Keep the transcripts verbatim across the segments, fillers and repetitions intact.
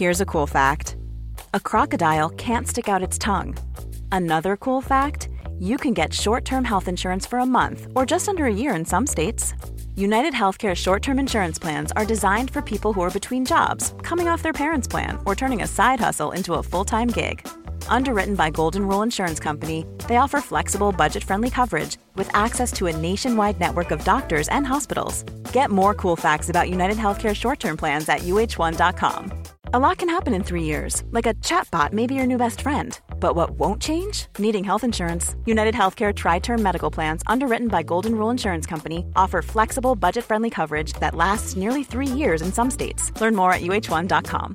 Here's a cool fact. A crocodile can't stick out its tongue. Another cool fact, you can get short-term health insurance for a month or just under a year in some states. United Healthcare short-term insurance plans are designed for people who are between jobs, coming off their parents' plan, or turning a side hustle into a full-time gig. Underwritten by Golden Rule Insurance Company, they offer flexible, budget-friendly coverage with access to a nationwide network of doctors and hospitals. Get more cool facts about United Healthcare short-term plans at U H one dot com. A lot can happen in three years, like a chatbot may be your new best friend. But what won't change? Needing health insurance. United Healthcare Tri-Term Medical Plans, underwritten by Golden Rule Insurance Company, offer flexible, budget-friendly coverage that lasts nearly three years in some states. Learn more at U H one dot com.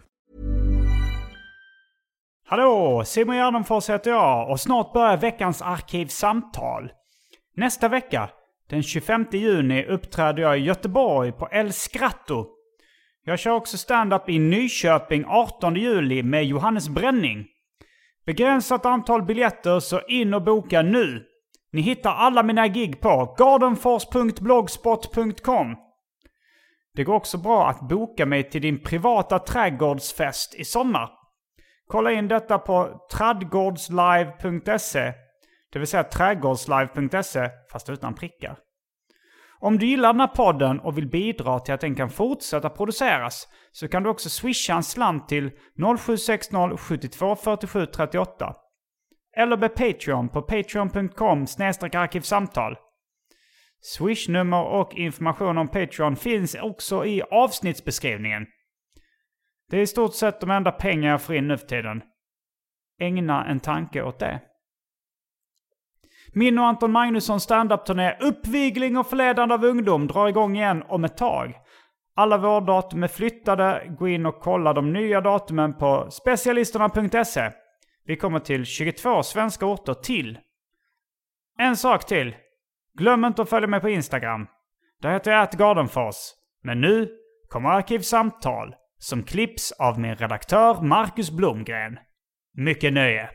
Hallå, Simon Gärdenfors heter jag och snart börjar veckans arkivsamtal. Nästa vecka, den tjugofemte juni, uppträder jag i Göteborg på El Scratto. Jag kör också stand-up i Nyköping artonde juli med Johannes Bränning. Begränsat antal biljetter, så in och boka nu. Ni hittar alla mina gig på gardenfors punkt blogspot punkt com. Det går också bra att boka mig till din privata trädgårdsfest i sommar. Kolla in detta på trädgårdslive punkt se, det vill säga trädgårdslive punkt se fast utan prickar. Om du gillar den här podden och vill bidra till att den kan fortsätta produceras, så kan du också swisha en slant till noll sju sex noll sju två fyra sju tre åtta. Eller be Patreon på patreon punkt com snedstreck arkivsamtal. Swish-nummer och information om Patreon finns också i avsnittsbeskrivningen. Det är i stort sett de enda pengar jag får in nu för tiden. Ägna en tanke åt det. Min och Anton Magnusson stand-up-turné Uppvigling och förledande av ungdom drar igång igen om ett tag. Alla våra datum är flyttade. Gå in och kolla de nya datumen på specialisterna punkt se. Vi kommer till tjugotvå svenska orter till. En sak till. Glöm inte att följa mig på Instagram. Där heter jag @gardenfors. Men nu kommer arkivsamtal som klipps av min redaktör Marcus Blomgren. Mycket nöje.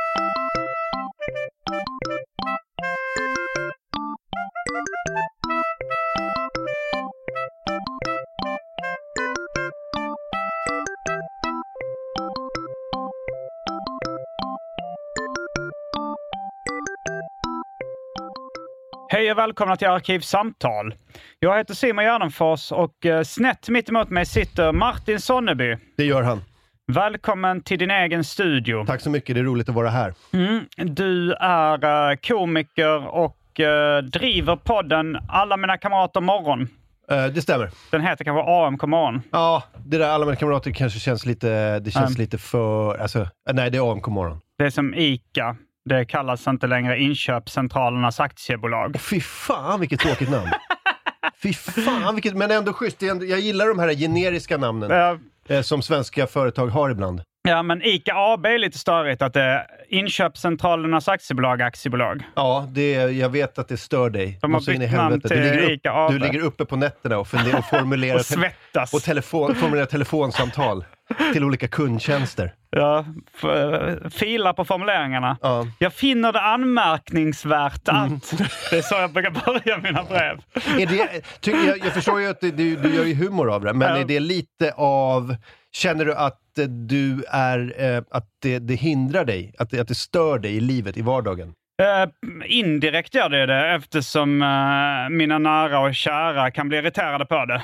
Hej och välkomna till Arkivsamtal. Jag heter Simon Gärdenfors och eh, snett mitt emot mig sitter Martin Sonneby. Det gör han. Välkommen till din egen studio. Tack så mycket, det är roligt att vara här. Mm, du är eh, komiker och eh, driver podden Alla mina kamrater morgon. Uh, det stämmer. Den heter kanske A M K morgon. Ja, det där Alla mina kamrater kanske känns lite, det känns um. lite för, alltså, nej det är A M K morgon. Det är som ICA. Det kallas inte längre Inköpscentralernas aktiebolag. Oh, fy fan vilket tråkigt namn. Fy fan vilket, men ändå schysst. Jag gillar de här generiska namnen uh, eh, som svenska företag har ibland. Ja, men ICA A B är lite störigt att det är Inköpscentralernas aktiebolag, aktiebolag. Ja, det, jag vet att det stör dig. De har bytt namn till du ligger, ICA A B. Du ligger uppe på nätterna och, funderar, och formulerar och svettas. och telefon, formulerar telefonsamtal till olika kundtjänster. Ja, f- filar på formuleringarna. Ja. Jag finner det anmärkningsvärt att... Mm. Det är så jag brukar börja mina brev. Är det, ty, jag, jag förstår ju att du, du gör ju humor av det, men ja. Är det lite av... Känner du att du är... Eh, att det, det hindrar dig? Att det, att det stör dig i livet, i vardagen? Uh, indirekt gör det det, eftersom uh, mina nära och kära kan bli irriterade på det.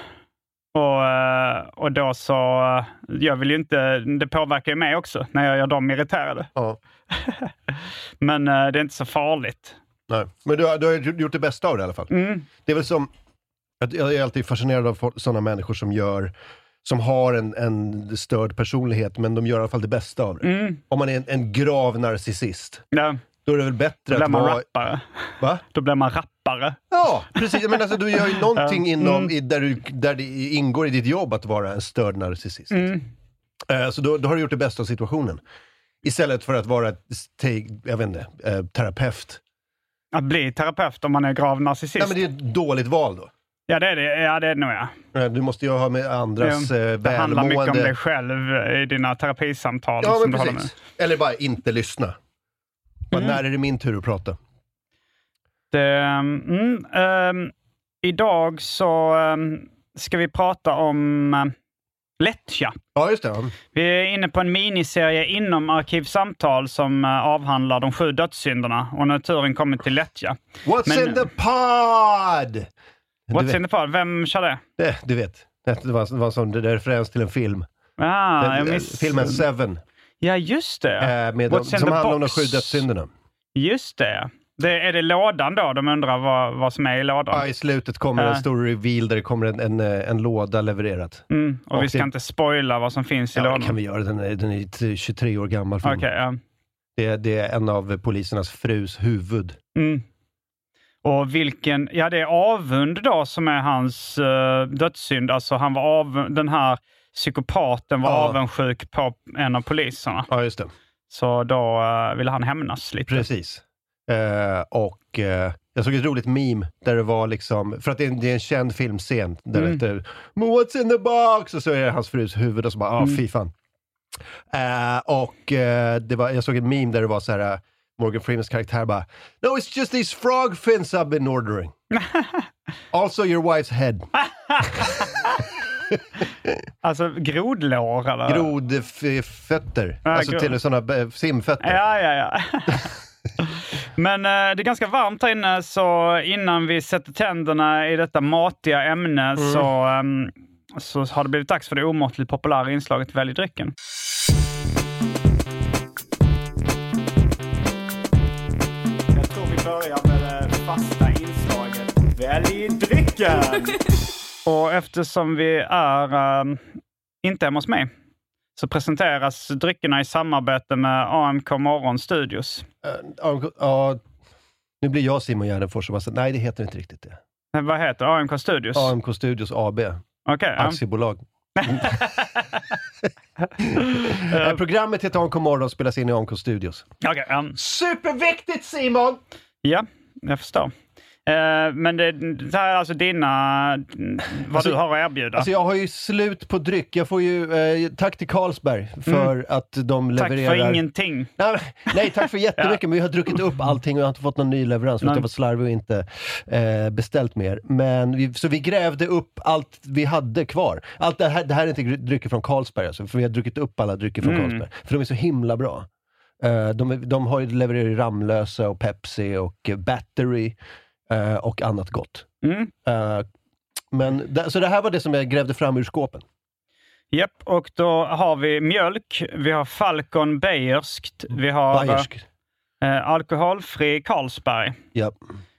Och, och då så, jag vill ju inte, det påverkar ju mig också när jag gör dem irriterade. Ja. Men det är inte så farligt. Nej, men du har, du har gjort det bästa av det i alla fall. Mm. Det är väl som, jag är alltid fascinerad av sådana människor som gör, som har en, en störd personlighet, men de gör i alla fall det bästa av det. Mm. Om man är en, en grav narcissist. Ja. Då är det väl bättre då blir att man vara... rappare. Va? Då blir man rappare. Ja, precis. Men alltså, du gör ju någonting inom, mm. i, där, du, där det ingår i ditt jobb att vara en störd narcissist. Mm. Uh, så då, då har du gjort det bästa av situationen. Istället för att vara te, jag vet inte, uh, terapeut. Att bli terapeut om man är grav narcissist. Ja, men det är ett dåligt val då. Ja, det är det. Ja, det är det nog, ja. Du måste ju ha med andras ja, välmående. Det handlar mycket om dig själv i dina terapisamtal. Ja, som men du precis. Eller bara inte lyssna. Mm. När är det min tur att prata? Det, mm, um, idag så um, ska vi prata om uh, Lättja. Ja, just det. Vi är inne på en miniserie inom Arkivsamtal som uh, avhandlar de sju dödssynderna. Och nu turen kommer till Lättja. What's Men, in the pod? What's in the pod? Vem kör det? det du vet. Det var, det var som det är referens till en film. Ah, det, jag miss... Filmen Seven. Ja, just det. Äh, med de, som handlar om de sju dödssynderna. Just det. det. Är det lådan då? De undrar vad, vad som är i lådan. Ja, i slutet kommer äh. en stor reveal där det kommer en, en, en låda levererat. Mm, och, och vi ska det... inte spoila vad som finns i ja, lådan. Ja, kan vi göra. Den är, den är tjugotre år gammal. Okej, okay, ja. det, det är en av polisernas frus huvud. Mm. Och vilken... Ja, det är avund då som är hans uh, dödssynd. Alltså han var av... Den här psykopaten var ja. avundsjuk på en av poliserna. Ja, just det. Så då uh, ville han hämnas lite. Precis. Uh, och uh, jag såg ett roligt meme där det var liksom, för att det är en, det är en känd filmscen där mm. det heter What's in the box? Och så är det hans frus huvud och så bara, ah, mm. fy fan. Uh, och uh, det var, jag såg ett meme där det var så här, uh, Morgan Freemans karaktär bara, no, it's just these frog fins I've been ordering. Also your wife's head. Alltså grodlår eller? Grodfötter. Ja, alltså grod. Till sådana simfötter. Ja, ja, ja. Men eh, det är ganska varmt här inne, så innan vi sätter tänderna i detta matiga ämne mm. så, um, så har det blivit dags för det omåttligt populära inslaget Välj drycken. Jag tror vi börjar med det fasta inslaget Välj drycken! Och eftersom vi är um, inte hemma hos mig så presenteras dryckerna i samarbete med A M K Morgon Studios. Ja, uh, uh, nu blir jag Simon Gärdenfors och bara så, nej, det heter inte riktigt det. Men vad heter A M K Studios? A M K Studios A B. Okay, aktiebolag. uh, Programmet heter A M K Morgon och spelas in i A M K Studios. Okay, um. Superviktigt, Simon! Ja, jag förstår. Uh, men det, det här är alltså dina, vad alltså, du har att erbjuda. Alltså jag har ju slut på dryck. Jag får ju, eh, tack till Carlsberg för mm. att de levererar. Tack för ingenting. Nej, nej tack för jättemycket. ja. Men vi har druckit upp allting och jag har inte fått någon ny leverans. För att jag var slarvig och inte eh, beställt mer. Men vi, så vi grävde upp allt vi hade kvar. Allt det här, det här är inte drycker från Carlsberg alltså, för vi har druckit upp alla drycker från mm. Carlsberg. För de är så himla bra. Uh, de, de har ju levererat Ramlösa och Pepsi och uh, Battery. Uh, och annat gott. Mm. Uh, men d- så det här var det som jag grävde fram ur skåpen. Japp, och då har vi mjölk, vi har Falcon Bayerskt, vi har uh, alkoholfri Carlsberg. Japp.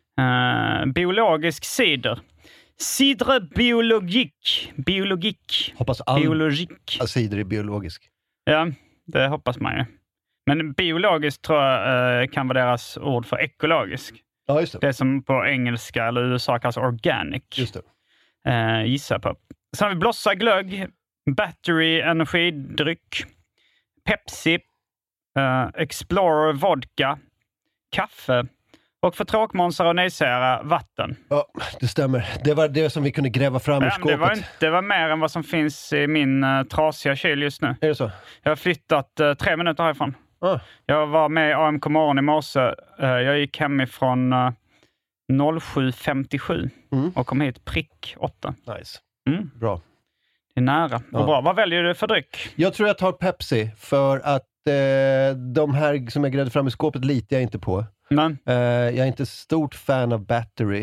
Uh, biologisk cider. Cidre biologik. Biologik. Hoppas all biologik. cider är biologisk. Ja, det hoppas man ju. Men biologiskt tror jag uh, kan vara deras ord för ekologisk. Ja, just det. Det som på engelska eller U S A kallas organic. Just det. Eh, gissa på. Sen har vi Blossa glögg, Battery energidryck, Pepsi, eh, Explorer vodka, kaffe och för tråkmånsar och nejsära vatten. Ja, det stämmer. Det var det som vi kunde gräva fram ur skåpet. Det var, inte, det var mer än vad som finns i min uh, trasiga kyl just nu. Är det så? Jag har flyttat uh, tre minuter härifrån. Ah. Jag var med i A M K Morgon i morse. Uh, jag gick hemifrån uh, noll sju femtiosju mm. och kom hit prick åtta. Nice. Mm. Bra. Det är nära. Ja. Och bra. Vad väljer du för dryck? Jag tror jag tar Pepsi för att uh, de här som jag grävde fram i skåpet litar jag inte på. Nej. Uh, jag är inte stort fan av Battery.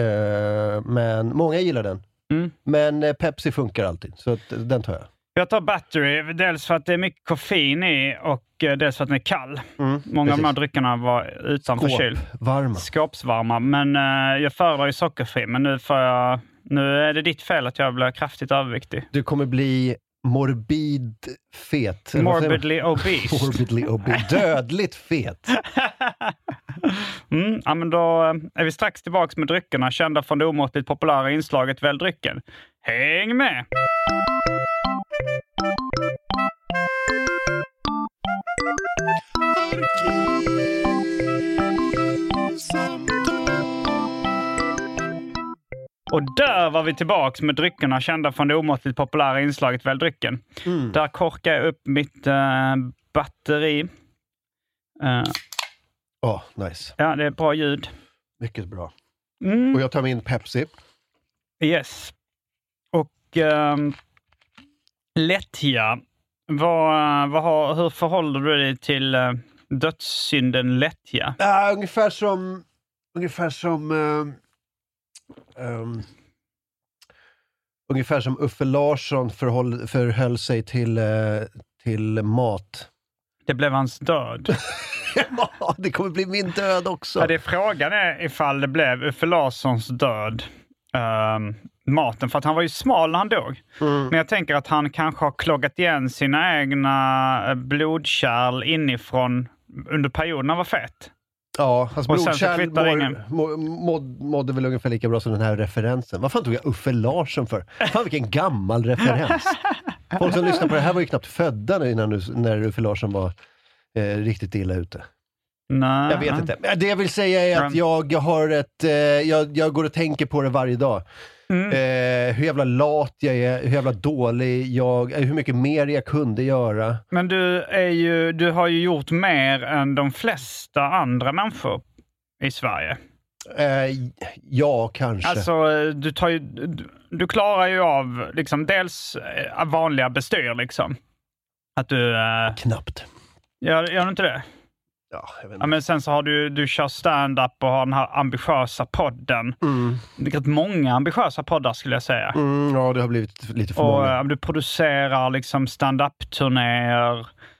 Uh, men många gillar den. Mm. Men uh, Pepsi funkar alltid. Så att, uh, den tar jag. Jag tar Battery, dels för att det är mycket koffein i och dels för att den är kall. Mm, Många precis. av de här dryckerna var utanför Skåp, kyl. varma. Skåpsvarma. Men uh, jag föredrar ju sockerfri. Men nu, får jag, nu är det ditt fel att jag blir kraftigt överviktig. Du kommer bli morbid fet. Morbidly obese. Morbidly obese. Dödligt fet. mm, ja, men då är vi strax tillbaka med dryckerna. Kända från det omåttligt populära inslaget Välj drycken. Häng med! Och där var vi tillbaka med dryckerna kända från det omåttligt populära inslaget Välj drycken. Mm. Där korkar jag upp mitt äh, batteri. Åh, uh, oh, nice. Ja, det är bra ljud. Mycket bra. Mm. Och jag tar min Pepsi. Yes. Och um, Lättja. Vad, vad har, hur förhåller du dig till uh, dödssynden lättja? Uh, ungefär som... Ungefär som... Uh, um, ungefär som Uffe Larsson förhåll, förhöll sig till, uh, till mat. Det blev hans död. Ja, det kommer bli min död också. Ja, det är frågan är ifall det blev Uffe Larssons död. Um, maten, för att han var ju smal när han dog. Mm. Men jag tänker att han kanske har kloggat igen sina egna blodkärl inifrån under perioden han var fett. Ja, hans blodkärl mår, må, må, mådde väl ungefär lika bra som den här referensen. Vad fan tog jag Uffe Larsson för? Fan, vilken gammal referens. Folk som lyssnar på det här var ju knappt födda innan du, när Uffe Larsson var eh, riktigt illa ute. Nej. Jag vet inte. Det jag vill säga är att jag, jag har ett... Eh, jag, jag går och tänker på det varje dag. Mm. Eh, hur jävla lat jag är, hur jävla dålig jag är, hur mycket mer jag kunde göra. Men du är ju, du har ju gjort mer än de flesta andra människor i Sverige. Eh, ja, kanske. Alltså, du tar ju, du, du klarar ju av liksom dels vanliga bestyr liksom. Att du... Eh, Knappt. Gör, gör du inte det? Ja, jag vet inte. Ja, men sen så har du, du kör stand-up och har den här ambitiösa podden. Mm. Det är rätt många ambitiösa poddar skulle jag säga. Mm, ja, det har blivit lite för och, många. Och du producerar liksom stand-up-turnéer.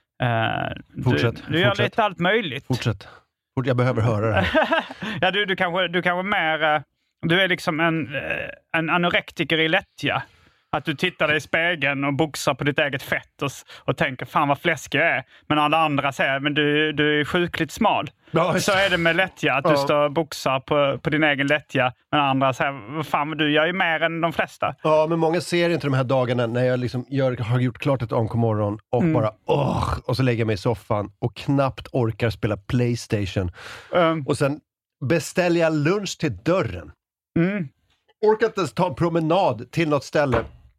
Eh, fortsätt. Du, du gör fortsätt. lite allt möjligt. Fortsätt. Jag behöver höra det här. ja, du, du kanske, du kanske mer... Du är liksom en, en anorektiker i lättja. Att du tittar dig i spegeln och boxar på ditt eget fett och, och tänker, fan vad fläskig jag är. Men alla andra säger, men du, du är sjukligt smal. Ja, så är det med lättja, att ja. Du står och boxar på, på din egen lättja. Men andra säger, vad fan, du gör ju mer än de flesta. Ja, men många ser inte de här dagarna när jag liksom gör, har gjort klart ett A M K-morgon och mm. bara, åh, och så lägger jag mig i soffan och knappt orkar spela PlayStation. Um. Och sen beställer jag lunch till dörren. Mm. Orkar inte ens ta en promenad till något ställe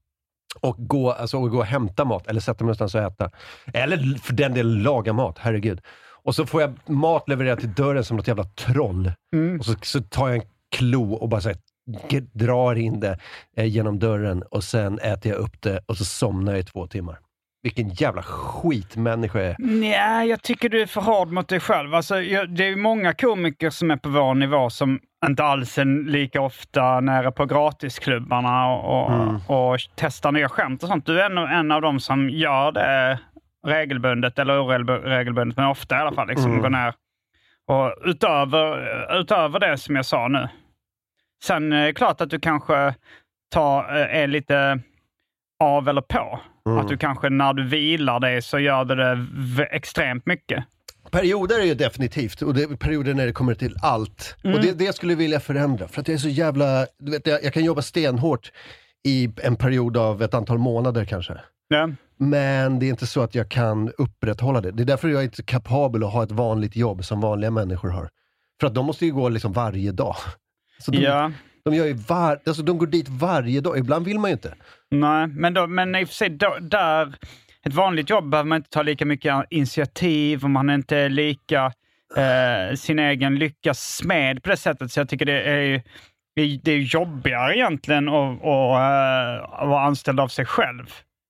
och gå, alltså, och gå och hämta mat eller sätta mig någonstans och äta. Eller för den delen laga mat, herregud. Och så får jag mat levererad till dörren som något jävla troll. Mm. Och så, så tar jag en klo och bara så här, g- drar in det eh, genom dörren och sen äter jag upp det och så somnar jag i två timmar. Vilken jävla skitmänniska jag är. Nej, jag tycker du är för hård mot dig själv. Alltså, jag, det är ju många komiker som är på vår nivå som inte alls är lika ofta nära på gratisklubbarna och, och, mm. och testar nya skämt och sånt. Du är en, en av dem som gör det regelbundet eller oregelbundet, men ofta i alla fall liksom mm. går ner. Och utöver, utöver det som jag sa nu. Sen är det klart att du kanske tar, är lite av eller på. Mm. Att du kanske när du vilar dig så gör det, det v- extremt mycket. Perioder är ju definitivt, och det är perioder när det kommer till allt. Mm. Och det, det skulle jag vilja förändra. För att jag är så jävla, du vet, jag, jag kan jobba stenhårt i en period av ett antal månader kanske. Ja. Men det är inte så att jag kan upprätthålla det. Det är därför jag är inte kapabel att ha ett vanligt jobb som vanliga människor har. För att de måste ju gå liksom varje dag. Så de, ja. de, gör ju var, alltså de går dit varje dag. Ibland vill man ju inte. Nej, men, då, men i och för sig då, där... Ett vanligt jobb behöver man inte ta lika mycket initiativ och man är inte lika eh, sin egen lyckas smed på det sättet. Så jag tycker det är, det är jobbigare egentligen att, att, att vara anställd av sig själv.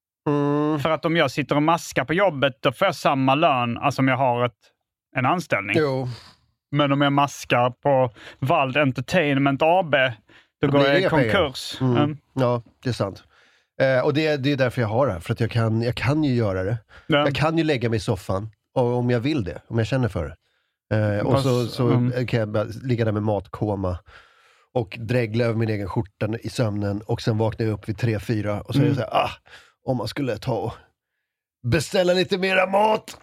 Mm. För att om jag sitter och maskar på jobbet då får jag samma lön alltså om jag har ett, en anställning. Jo. Men om jag maskar på Vald Entertainment A B då, då går jag i konkurs. Mm. Mm. Ja, det är sant. Eh, och det, det är därför jag har det här. För att jag kan, jag kan ju göra det. Ja. Jag kan ju lägga mig i soffan. Och, om jag vill det. Om jag känner för det. Eh, och så, så mm. kan jag bara ligga där med matkoma. Och drägla över min egen skjorta i sömnen. Och sen vaknar jag upp vid tre, fyra. Och så mm. är det så här, ah, om man skulle ta och beställa lite mera mat.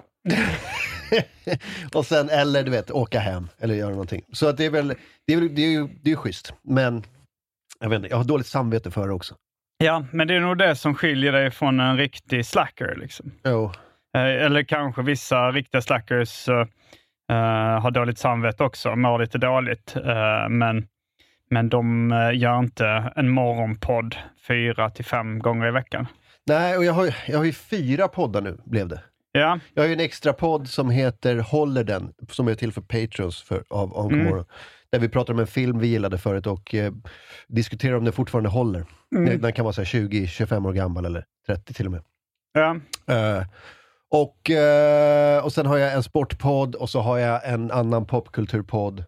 Och sen, eller du vet, åka hem. Eller göra någonting. Så att det är väl, det är, det är ju det är ju schysst. Men, jag vet inte, jag har dåligt samvete för det också. Ja, men det är nog det som skiljer dig från en riktig slacker liksom. Jo. Eller kanske vissa riktiga slackers uh, har dåligt samvete också, mår lite dåligt. Uh, men, men de uh, gör inte en morgonpodd fyra till fem gånger i veckan. Nej, och jag har, jag har ju fyra poddar nu, blev det. Ja. Jag har ju en extra podd som heter Håller den, som är till för Patrons för, av A M K Morgon. Där vi pratar om en film vi gillade förut och eh, diskuterar om den fortfarande håller. Mm. Den kan vara så här tjugo till tjugofem år gammal eller trettio till och med. Ja. Uh, och, uh, och sen har jag en sportpodd och så har jag en annan popkulturpodd.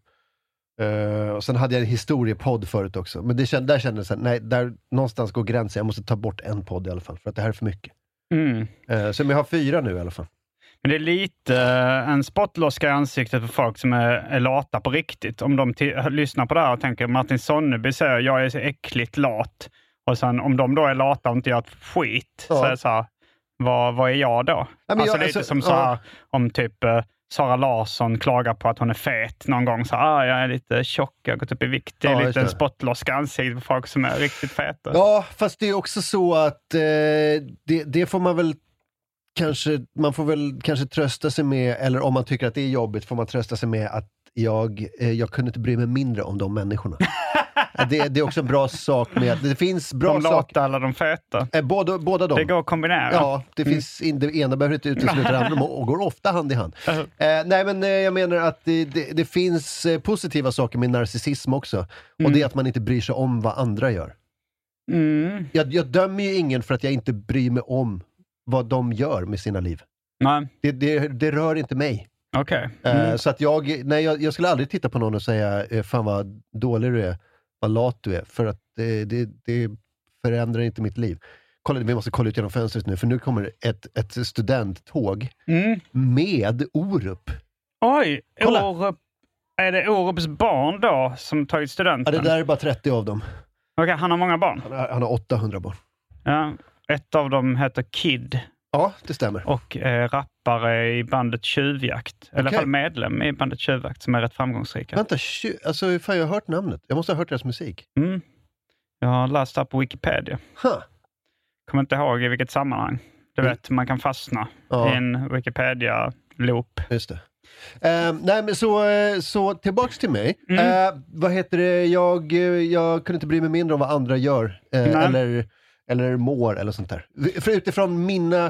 Uh, och sen hade jag en historiepodd förut också. Men det känd, där kände jag nej, där någonstans går gränsen. Jag måste ta bort en podd i alla fall, för att det här är för mycket. Mm. Uh, så jag har fyra nu i alla fall. Men det är lite en spottloska i ansiktet för folk som är, är lata på riktigt. Om de t- lyssnar på det här och tänker Martin Sonneby säger jag är så äckligt lat. Och sen om de då är lata och inte gör ett skit, ja. så är det så här, vad, vad är jag då? Ja, alltså jag, lite alltså, som så här, ja. om typ uh, Sara Larsson klagar på att hon är fet någon gång. Så ah, jag är lite tjock, jag har gått upp i vikt. Det är ja, lite en spottloska ansiktet för folk som är riktigt feta. Ja, fast det är också så att eh, det, det får man väl kanske, man får väl kanske trösta sig med, eller om man tycker att det är jobbigt får man trösta sig med att jag, eh, jag kunde inte bry mig mindre om de människorna. det, det är också en bra sak med att det finns bra de saker. De eller de feta. Eh, båda, båda de. Det går att kombinera. Ja, det mm. finns in, det ena behöver inte utesluta det andra och går ofta hand i hand. Uh-huh. Eh, nej, men eh, jag menar att det, det, det finns eh, positiva saker med narcissism också. Mm. Och det är att man inte bryr sig om vad andra gör. Mm. Jag, jag dömer ju ingen för att jag inte bryr mig om vad de gör med sina liv. Nej. Det, det, det rör inte mig. Okej. Okay. Mm. Uh, så att jag, nej, jag, jag skulle aldrig titta på någon och säga fan vad dålig du är, vad lat du är, för att det, det, det förändrar inte mitt liv. Kolla, vi måste kolla ut genom fönstret nu, för nu kommer ett, ett studenttåg mm. med Orup. Oj, Orup. Är det Orups barn då som tagit studenten? Ja, det där är bara trettio av dem. Okej, okay, han har många barn. Han har, han har åttahundra barn. Ja, ett av dem heter Kid. Ja, det stämmer. Och är rappare i bandet Tjuvjakt. Okay. Eller i alla fall medlem i bandet Tjuvjakt som är rätt framgångsrika. Vänta, tju- alltså fan, jag har hört namnet. Jag måste ha hört deras musik. Mm. Jag har läst det på Wikipedia. Huh. Kommer inte ihåg i vilket sammanhang. Du mm. vet, man kan fastna ja. i en Wikipedia-loop. Just det. Uh, nej, men så, så tillbaks till mig. Mm. Uh, vad heter det? Jag, jag kunde inte bry mig mindre om vad andra gör. Uh, eller... eller mår eller sånt där. För utifrån mina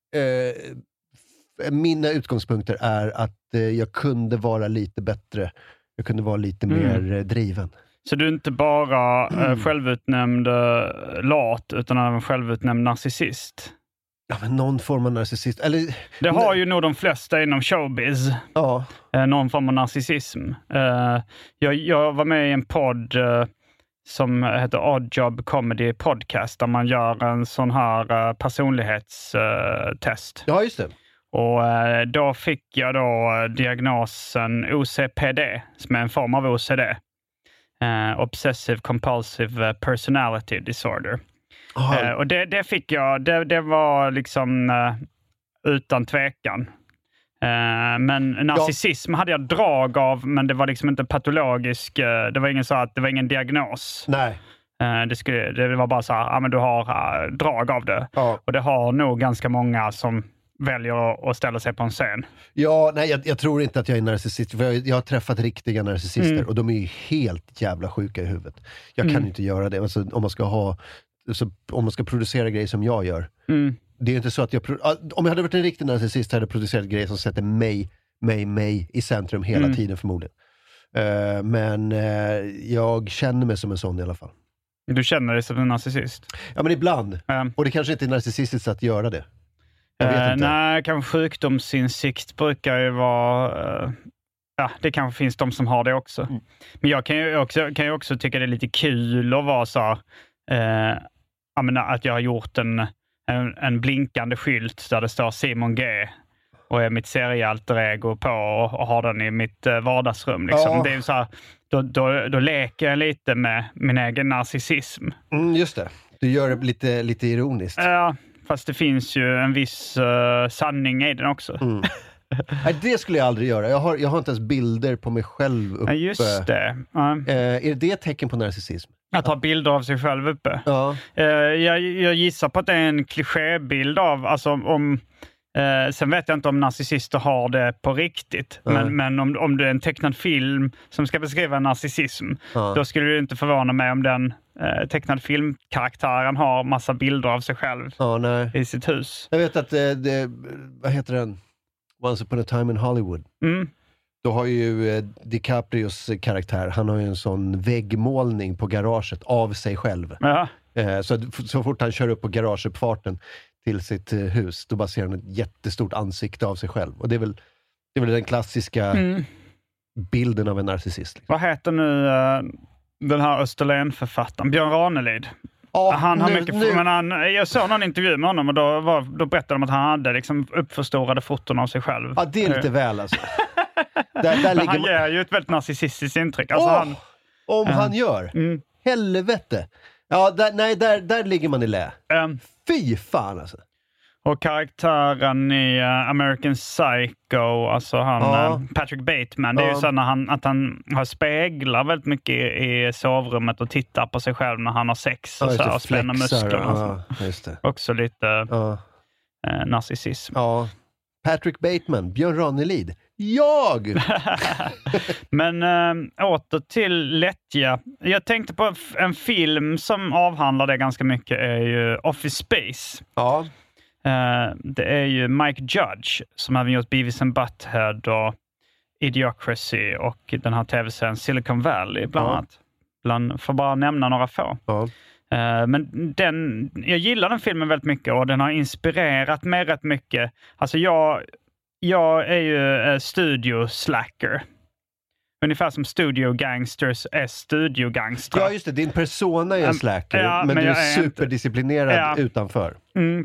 eh, mina utgångspunkter är att eh, jag kunde vara lite bättre. Jag kunde vara lite mm. mer eh, driven. Så du är inte bara eh, självutnämnd eh, lat utan även självutnämnd narcissist? Ja, men någon form av narcissist. Eller, det har ju nog de flesta inom showbiz. Ja. Eh, någon form av narcissism. Eh, jag, jag var med i en podd... Eh, som heter Odd Job Comedy Podcast, där man gör en sån här uh, personlighetstest. Uh, ja, just det. Och uh, då fick jag då uh, diagnosen O C P D, som är en form av O C D. Uh, Obsessive Compulsive Personality Disorder. Uh, och det, det fick jag, det, det var liksom uh, utan tvekan. Uh, men narcissism ja. hade jag drag av, men det var liksom inte patologisk. Uh, det var ingen så att det var ingen diagnos. Nej. Uh, det, skulle, det var bara så här, ja men du har uh, drag av det. Ja. Och det har nog ganska många som väljer att ställa sig på en scen. Ja, nej jag, jag tror inte att jag är narcissist. För jag, jag har träffat riktiga narcissister mm. och de är ju helt jävla sjuka i huvudet. Jag kan mm. inte göra det. Alltså, om man ska ha, så, om man ska producera grejer som jag gör. Mm. Det är inte så att jag... Om jag hade varit en riktig narcissist hade jag producerat grejer som sätter mig, mig, mig i centrum hela mm. tiden förmodligen. Uh, men uh, jag känner mig som en sån i alla fall. Du känner dig som en narcissist? Ja, men ibland. Mm. Och det kanske inte är narcissistiskt att göra det. Jag vet uh, inte. Nej, kanske sjukdomsinsikt brukar ju vara... Uh, ja, det kanske finns de som har det också. Mm. Men jag kan ju också, kan ju också tycka det är lite kul att vara så... Uh, jag menar, att jag har gjort en... En, en blinkande skylt där det står Simon G och är mitt seriealter ego på och, och har den i mitt eh, vardagsrum. Liksom. Ja. Det är så här, då, då, då leker jag lite med min egen narcissism. Mm, just det. Du gör det lite, lite ironiskt. Ja, fast det finns ju en viss uh, sanning i den också. Mm. Nej, det skulle jag aldrig göra. Jag har, jag har inte ens bilder på mig själv uppe. Ja, just det. Ja. Eh, är det ett tecken på narcissism? Att ha bilder av sig själv uppe. Ja. Uh, jag, jag gissar på att det är en klichébild av, alltså om, uh, sen vet jag inte om narcissister har det på riktigt. Ja. Men, men om, om det är en tecknad film som ska beskriva narcissism, ja. Då skulle det inte förvåna mig om den uh, tecknad filmkaraktären har massa bilder av sig själv ja, nej. i sitt hus. Jag vet att det, det, vad heter den? Once upon a time in Hollywood. Mm. Då har ju eh, DiCaprios karaktär, han har ju en sån väggmålning på garaget av sig själv. Ja. Eh, så, så fort han kör upp på garageuppfarten, till sitt hus, då bara ser han ett jättestort ansikte av sig själv. Och det är väl, det är väl den klassiska mm. bilden av en narcissist. Liksom. Vad heter nu uh, den här Österlen-författaren? Björn Ranelid. Ja, han har nu, mycket, nu. Men han, jag såg någon intervju med honom och då, var, då berättade de att han hade liksom uppförstorade foton av sig själv. Ja, det är lite väl alltså. där, där ligger han man... ger ju ett väldigt narcissistiskt intryck. Alltså oh, han, om uh, han gör. Mm. Helvete. Ja, där, nej, där, där ligger man i lä. Um, Fy fan alltså. Och karaktären i uh, American Psycho, alltså han ja. uh, Patrick Bateman, det är ja. ju så när han, att han har speglar väldigt mycket i, i sovrummet och tittar på sig själv när han har sex och, ja, så, och spänner musklerna. Ja, just det. Också lite ja. uh, narcissism. Ja. Patrick Bateman, Björn Ranelid. Jag! Men äh, åter till lättja. Jag tänkte på en film som avhandlar det ganska mycket, är ju Office Space. Ja. Uh, det är ju Mike Judge som har gjort Beavis and Butthead och Idiocracy och den här tv-serien Silicon Valley bland ja. annat. Bland, för bara nämna några få. Ja. Uh, men den, jag gillar den filmen väldigt mycket och den har inspirerat mig rätt mycket. Alltså jag, jag är ju uh, studio slacker. Ungefär som studio gangsters är studio gangstrar. Ja just det, din persona är en slacker um, ja, men, men du är, är superdisciplinerad ja. utanför. Mm.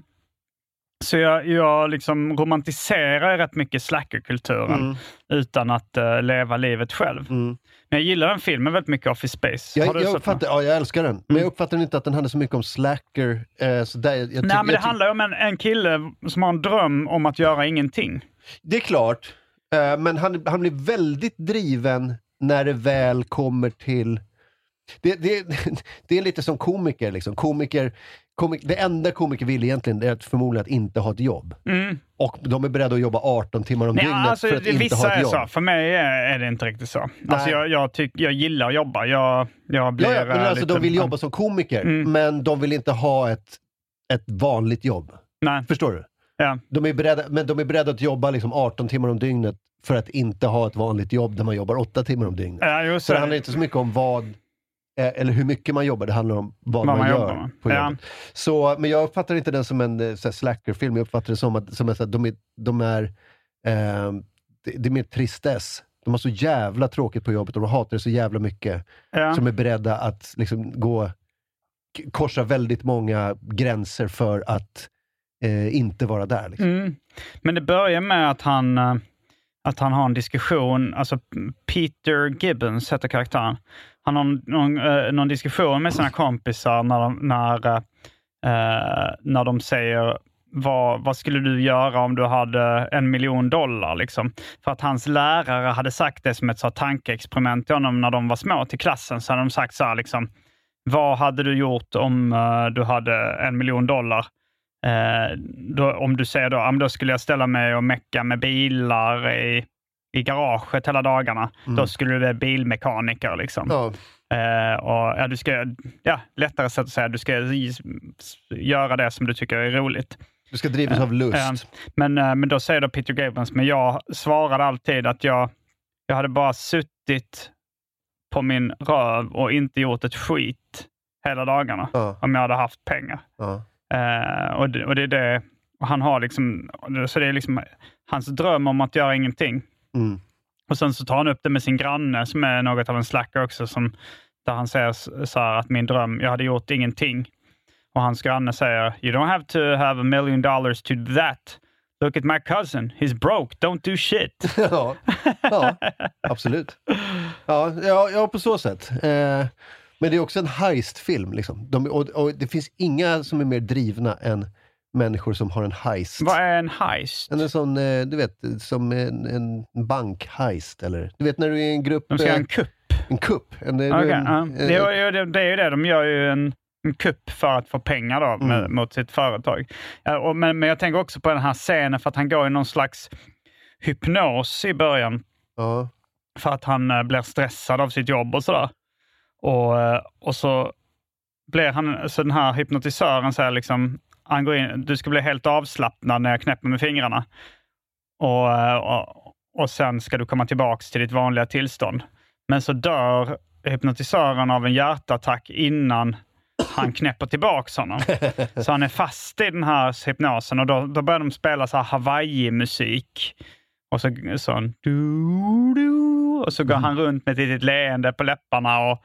Så jag, jag liksom romantiserar rätt mycket slackerkulturen mm. utan att uh, leva livet själv. Mm. Men jag gillar den filmen väldigt mycket, Office Space. Jag, jag, uppfattar, ja, jag älskar den. Mm. Men jag uppfattar inte att den handlar så mycket om slacker. Eh, så där, jag, jag Nej, men det handlar om en, en kille som har en dröm om att göra ingenting. Det är klart. Eh, men han, han blir väldigt driven när det väl kommer till... Det, det, det är lite som komiker. Liksom. Komiker... Komik, det enda komiker vill egentligen är att förmodligen att inte ha ett jobb. Mm. Och de är beredda att jobba arton timmar om Nej, dygnet alltså, för att inte vissa ha ett jobb. Är så. För mig är, är det inte riktigt så. Alltså, jag, jag, tyck, jag gillar att jobba. Jag, jag blir, ja, ja, men alltså, lite, de vill jobba som komiker, mm. men de vill inte ha ett, ett vanligt jobb. Nej. Förstår du? Ja. De är beredda, men de är beredda att jobba liksom arton timmar om dygnet för att inte ha ett vanligt jobb där man jobbar åtta timmar om dygnet. Ja, just så det handlar inte så mycket om vad... eller hur mycket man jobbar, det handlar om vad, vad man, man gör på ja. jobbet. Så, men jag uppfattar inte den som en så här, slackerfilm, jag uppfattar det som att som är, så här, de är, de är eh, det, det är mer tristess. De har så jävla tråkigt på jobbet och de hatar det så jävla mycket ja. som är beredda att liksom gå korsa väldigt många gränser för att eh, inte vara där. Liksom. Mm. Men det börjar med att han att han har en diskussion, alltså Peter Gibbons heter karaktären. Han har någon, någon, någon diskussion med sina kompisar när de, när, eh, när de säger vad, vad skulle du göra om du hade en miljon dollar liksom. För att hans lärare hade sagt det som ett så tankeexperiment till honom när de var små till klassen. Så hade de sagt så här liksom, vad hade du gjort om uh, du hade en miljon dollar? Eh, då, om du säger då, då skulle jag ställa mig och mecka med bilar i, i garaget hela dagarna. Mm. Då skulle du vara bilmekaniker liksom. Ja. Eh, och ja, du ska, ja, lättare sätt att säga, du ska göra det som du tycker är roligt. Du ska drivas eh, av lust. Eh, men, eh, men då säger då Peter Gibbons, men jag svarade alltid att jag, jag hade bara suttit på min röv och inte gjort ett skit hela dagarna. Ja. Om jag hade haft pengar. Ja. Uh, och, det, och det är det och han har liksom, så det är liksom hans dröm om att göra ingenting. Mm. Och sen så tar han upp det med sin granne som är något av en slacker också, som, där han säger så här att min dröm, jag hade gjort ingenting. Och hans granne säger, you don't have to have a million dollars to do that. Look at my cousin, he's broke, don't do shit. ja, ja, absolut. Ja, ja, ja, på så sätt. Eh, men det är också en heist-film. Liksom. De, och, och det finns inga som är mer drivna än människor som har en heist. Vad är en heist? En sån, eh, du vet, som en, en bankheist. Eller, du vet när du är i en grupp... De ska göra en kupp. En kupp. En, okay, en, uh. en, det, är, det, det är ju det, de gör ju en... en kupp för att få pengar då med, mm. mot sitt företag. Ja, och, men, men jag tänker också på den här scenen för att han går i någon slags hypnos i början. Uh. För att han uh, blir stressad av sitt jobb och sådär. Och, uh, och så blir han, så den här hypnotisören säger liksom, han går in, du ska bli helt avslappnad när jag knäpper med fingrarna. Och, uh, och, och sen ska du komma tillbaks till ditt vanliga tillstånd. Men så dör hypnotisören av en hjärtattack innan han knäpper tillbaka honom. Så han är fast i den här hypnosen och då, då börjar de spela så här Hawaii-musik. Och så sån du, du, och så går mm. han runt med ett litet leende på läpparna och,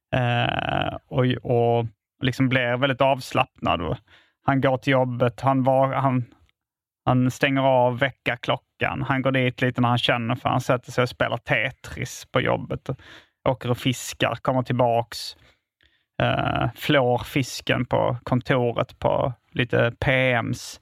eh, och, och liksom blir väldigt avslappnad. Och han går till jobbet, han, var, han, han stänger av väckarklockan. Han går dit lite när han känner för han sätter sig och spelar Tetris på jobbet. Åker och fiskar, kommer tillbaks. Uh, flår fisken på kontoret på lite P Ms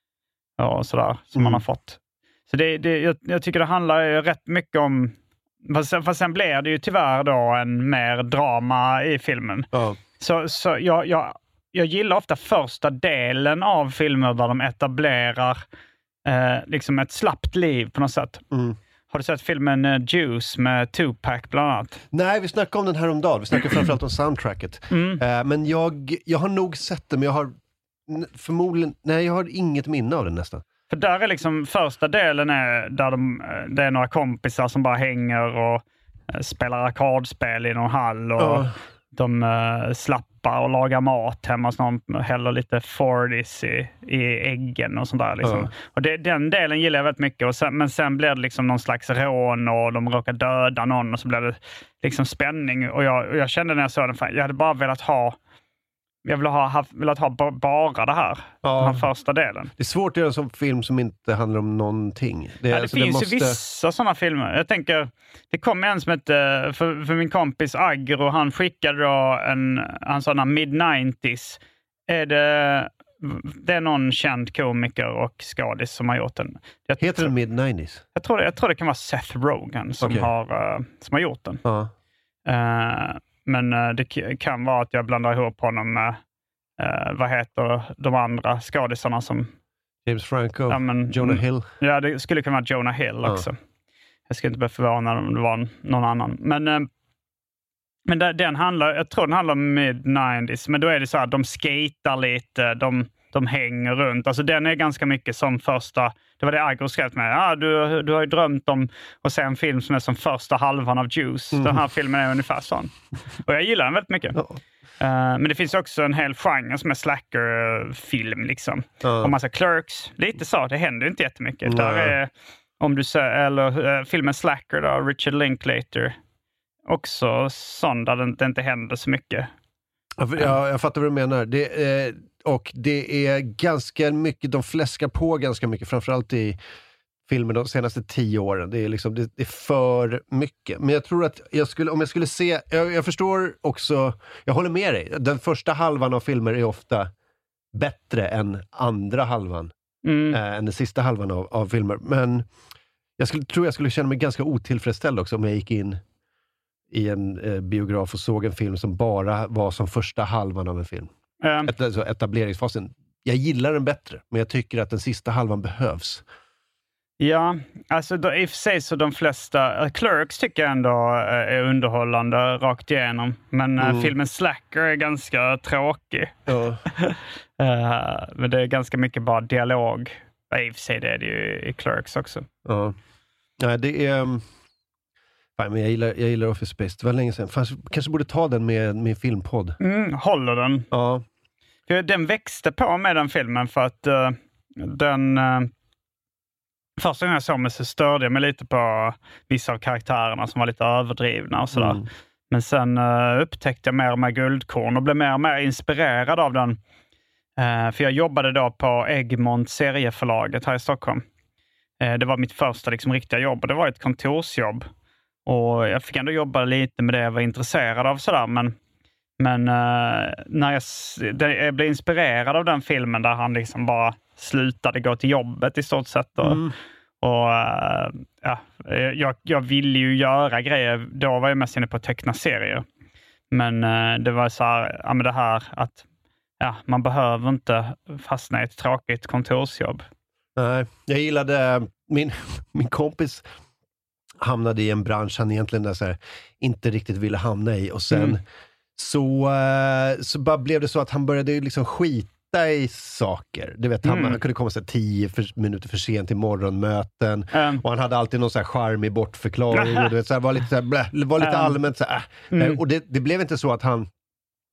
och sådär som mm. man har fått. Så det, det, jag, jag tycker det handlar ju rätt mycket om, fast sen, fast sen blir det ju tyvärr då en mer drama i filmen. Uh. Så, så jag, jag, jag gillar ofta första delen av filmer där de etablerar eh, liksom ett slappt liv på något sätt. Mm. Har du sett filmen uh, Juice med Tupac bland annat? Nej, vi snackade om den här om dagen. Vi snackade framförallt om soundtracket. Mm. Uh, men jag, jag har nog sett det, men jag har förmodligen, nej jag har inget minne av den nästan. För där är liksom första delen är där de, det är några kompisar som bara hänger och uh, spelar arkadspel i någon hall och uh. de uh, slappar och lagar mat hemma hos någon, häller lite Fordis i, i äggen och sånt där liksom. Uh. Och det, den delen gillar jag väldigt mycket och sen, men sen blir det liksom någon slags rån och de råkar döda någon och så blir det liksom spänning och jag, och jag kände när jag såg den, fan, jag hade bara velat ha jag ville ha, ha, velat ha bara det här, ja. Den här första delen. Det är svårt att göra en sån film som inte handlar om någonting. Det, ja, det alltså, finns det måste... ju vissa sådana filmer. Jag tänker, det kom en som hette, för, för min kompis Agro, han skickade då en, han sa den mid nineties. Är det, det är någon känd komiker och skådis som har gjort den. Jag Heter den mid nineties? Jag tror, det, jag tror det kan vara Seth Rogen som, okay. har, uh, som har gjort den. Ja. Uh, Men uh, det k- kan vara att jag blandar ihop honom med, uh, vad heter de andra skådisarna som... James Franco, ja, men, Jonah Hill. Ja, det skulle kunna vara Jonah Hill också. Uh. Jag skulle inte bli förvånad om det var någon annan. Men, uh, men där, den handlar, jag tror den handlar om mid nineties. Men då är det så här, de skater lite, de, de hänger runt. Alltså den är ganska mycket som första... Det var det Agro skrev med. Ja, du, du har ju drömt om att se en film som är som första halvan av Juice. Mm. Den här filmen är ungefär sån. Och jag gillar den väldigt mycket. Oh. Uh, men det finns också en hel genre som är slacker-film liksom. Oh. Om man säger Clerks, lite så. Det händer inte jättemycket. Mm. Där är, om du säger, eller uh, filmen Slacker då, Richard Linklater. Också sån där det, det inte händer så mycket. Ja, jag, jag fattar vad du menar. Det är... Eh... Och det är ganska mycket, de fläskar på ganska mycket, framförallt i filmer de senaste tio åren. Det är liksom, det, det är för mycket. Men jag tror att jag skulle, om jag skulle se, jag, jag förstår också, jag håller med dig. Den första halvan av filmer är ofta bättre än andra halvan. Mm. Äh, än den sista halvan av, av filmer. Men jag skulle, tror jag skulle känna mig ganska otillfredsställd också om jag gick in i en eh, biograf och såg en film som bara var som första halvan av en film. Um, Et, alltså etableringsfasen. Jag gillar den bättre, men jag tycker att den sista halvan behövs. Ja, alltså då, i och för sig så de flesta uh, Clerks tycker jag ändå uh, är underhållande rakt igenom. Men uh, mm. filmen Slacker är ganska tråkig. Ja. uh, men det är ganska mycket bara dialog. I och för sig det är det ju i Clerks också. Ja, ja det är... Um... Nej, men jag gillar, jag gillar Office Space. Det var länge sedan. Fast, kanske borde ta den med min filmpodd. Mm, håller den. Ja. För den växte på med den filmen för att uh, den... Uh, första gången jag såg mig så störde jag mig lite på vissa av karaktärerna som var lite överdrivna och sådär. Mm. Men sen uh, upptäckte jag mer och mer guldkorn och blev mer och mer inspirerad av den. Uh, för jag jobbade då på Egmont serieförlaget här i Stockholm. Uh, det var mitt första liksom, riktiga jobb och det var ett kontorsjobb. Och jag fick ändå jobba lite med det jag var intresserad av sådär. Men, men uh, när jag, jag blev inspirerad av den filmen där han liksom bara slutade gå till jobbet i stort sett. Och, mm. och uh, ja, jag, jag ville ju göra grejer. Då var jag mest inne på att teckna serier. Men uh, det var så här, ja men det här att ja, man behöver inte fastna i ett tråkigt kontorsjobb. Nej, jag gillade min, min kompis hamnade i en bransch han egentligen där så här, inte riktigt ville hamna i och sen mm. så, uh, så bara blev det så att han började liksom skita i saker. Du vet, han, mm. han kunde komma så här tio för, minuter för sent till morgonmöten mm. och han hade alltid någon så här charmig bortförklaring och du vet, så här, var lite, så här, blä, var lite mm. allmänt så här, äh. mm. och det, det blev inte så att han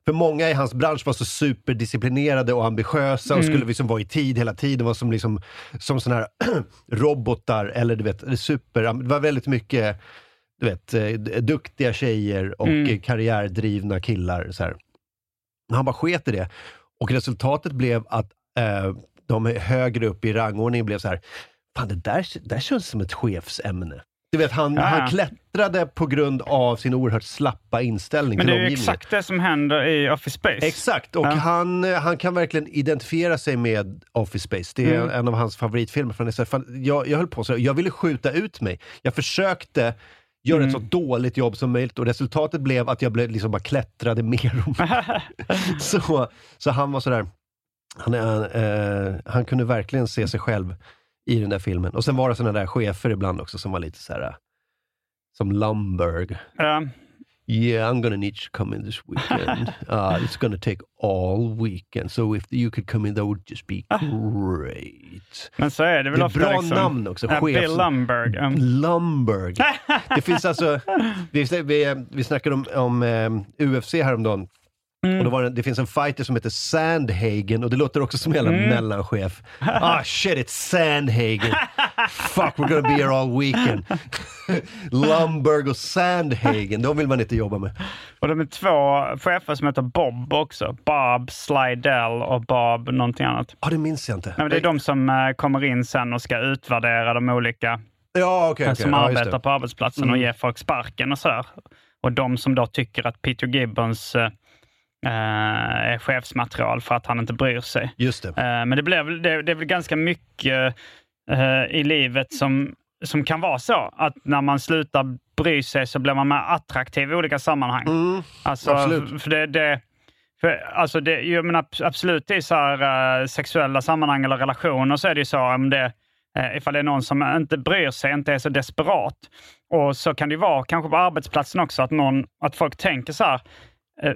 För många i hans bransch var så superdisciplinerade och ambitiösa och mm. skulle liksom vara i tid hela tiden. Var som liksom som såna här robotar eller du vet, super, det var väldigt mycket du vet, duktiga tjejer och mm. karriärdrivna killar så här. Han bara sket i det. Och resultatet blev att eh, de högre upp i rangordningen blev så här, fan det där, där känns som ett chefsämne. Du vet, han, ja. han klättrade på grund av sin oerhört slappa inställning. Men det är ju exakt det som händer i Office Space. Exakt, och ja. han, han kan verkligen identifiera sig med Office Space. Det är mm. en av hans favoritfilmer. Från det. Jag, jag höll på så, jag ville skjuta ut mig. Jag försökte göra mm. ett så dåligt jobb som möjligt och resultatet blev att jag blev liksom bara klättrade mer och mer. så, så han var sådär, han, äh, han kunde verkligen se sig själv i den där filmen. Och sen var det sådana där chefer ibland också som var lite så här som Lumberg. Um. Yeah, I'm gonna need you to come in this weekend. Uh, it's gonna take all weekend. So if you could come in, that would just be great. Men så är det väl det är ofta bra liksom, namn också. Uh, Bill Lumberg. Um. Lumberg. Det finns alltså, vi, vi, vi snackade om, om um, U F C häromdagen. Mm. Och då var det, det finns en fighter som heter Sandhagen och det låter också som en mm. mellanchef. Ah shit, it's Sandhagen. Fuck, we're gonna be here all weekend. Lumberg och Sandhagen, de vill man inte jobba med. Och de är två chefer som heter Bob också. Bob Slidell och Bob någonting annat. Ja, ah, det minns jag inte. Nej, men det är de som uh, kommer in sen och ska utvärdera de olika ja, okay, okay. som ja, arbetar på arbetsplatsen mm. och ger folk sparken och sådär. Och de som då tycker att Peter Gibbons uh, Uh, är chefsmaterial för att han inte bryr sig. Just det. Uh, men det, blev, det, det är väl ganska mycket uh, i livet som, som kan vara så. Att när man slutar bry sig så blir man mer attraktiv i olika sammanhang. Mm, alltså, absolut. För det, det, för, alltså det, jag menar, absolut i så här, uh, sexuella sammanhang eller relationer så är det ju så om det, uh, ifall det är någon som inte bryr sig, inte är så desperat. Och så kan det vara kanske på arbetsplatsen också att, någon, att folk tänker så här uh,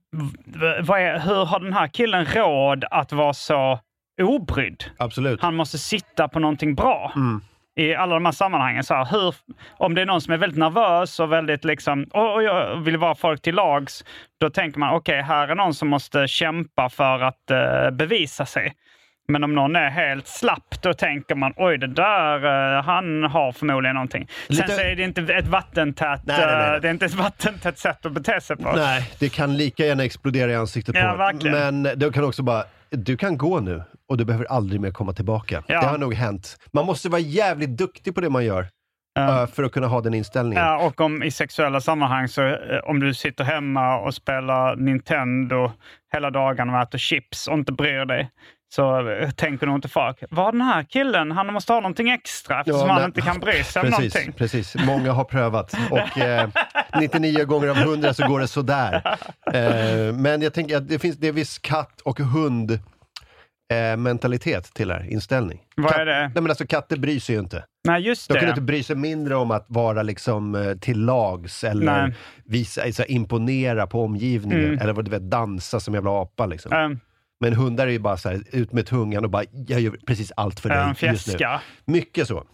Vad är, hur har den här killen råd att vara så obrydd? Absolut. Han måste sitta på någonting bra mm. i alla de här sammanhangen. Så här, hur, om det är någon som är väldigt nervös och väldigt liksom, och, och jag vill vara folk till lags, då tänker man okej, okay, här är någon som måste kämpa för att uh, bevisa sig. Men om någon är helt slapp, då tänker man, oj, det där, uh, han har förmodligen någonting. Lite... Sen så är det inte ett vattentätt, nej, nej, nej. Uh, det är inte ett vattentätt sätt att bete sig på. Nej, det kan lika gärna explodera i ansiktet ja, på. Verkligen. Men det kan också bara, du kan gå nu och du behöver aldrig mer komma tillbaka. Ja. Det har nog hänt. Man måste vara jävligt duktig på det man gör. Uh, för att kunna ha den inställningen. Ja, och om i sexuella sammanhang så uh, om du sitter hemma och spelar Nintendo hela dagen och äter chips och inte bryr dig, så uh, tänker nog inte folk, vad den här killen, han måste ha någonting extra eftersom ja, han nej. inte kan bry sig om precis, någonting. Precis, många har prövat och eh, nittionio gånger av hundra så går det sådär. Eh, men jag tänker att det finns det är viss katt och hund Eh, mentalitet till er inställning. Vad Kat- är det? Nej, men alltså katter bryr sig ju inte. Nej, just de det. kan inte bry sig mindre om att vara liksom eh, till lags eller visa, alltså, imponera på omgivningen mm. eller vad du vet, dansa som jävla apa liksom. Um. Men hundar är ju bara så här, ut med tungan och bara, jag gör precis allt för dig um, just nu. Mycket så.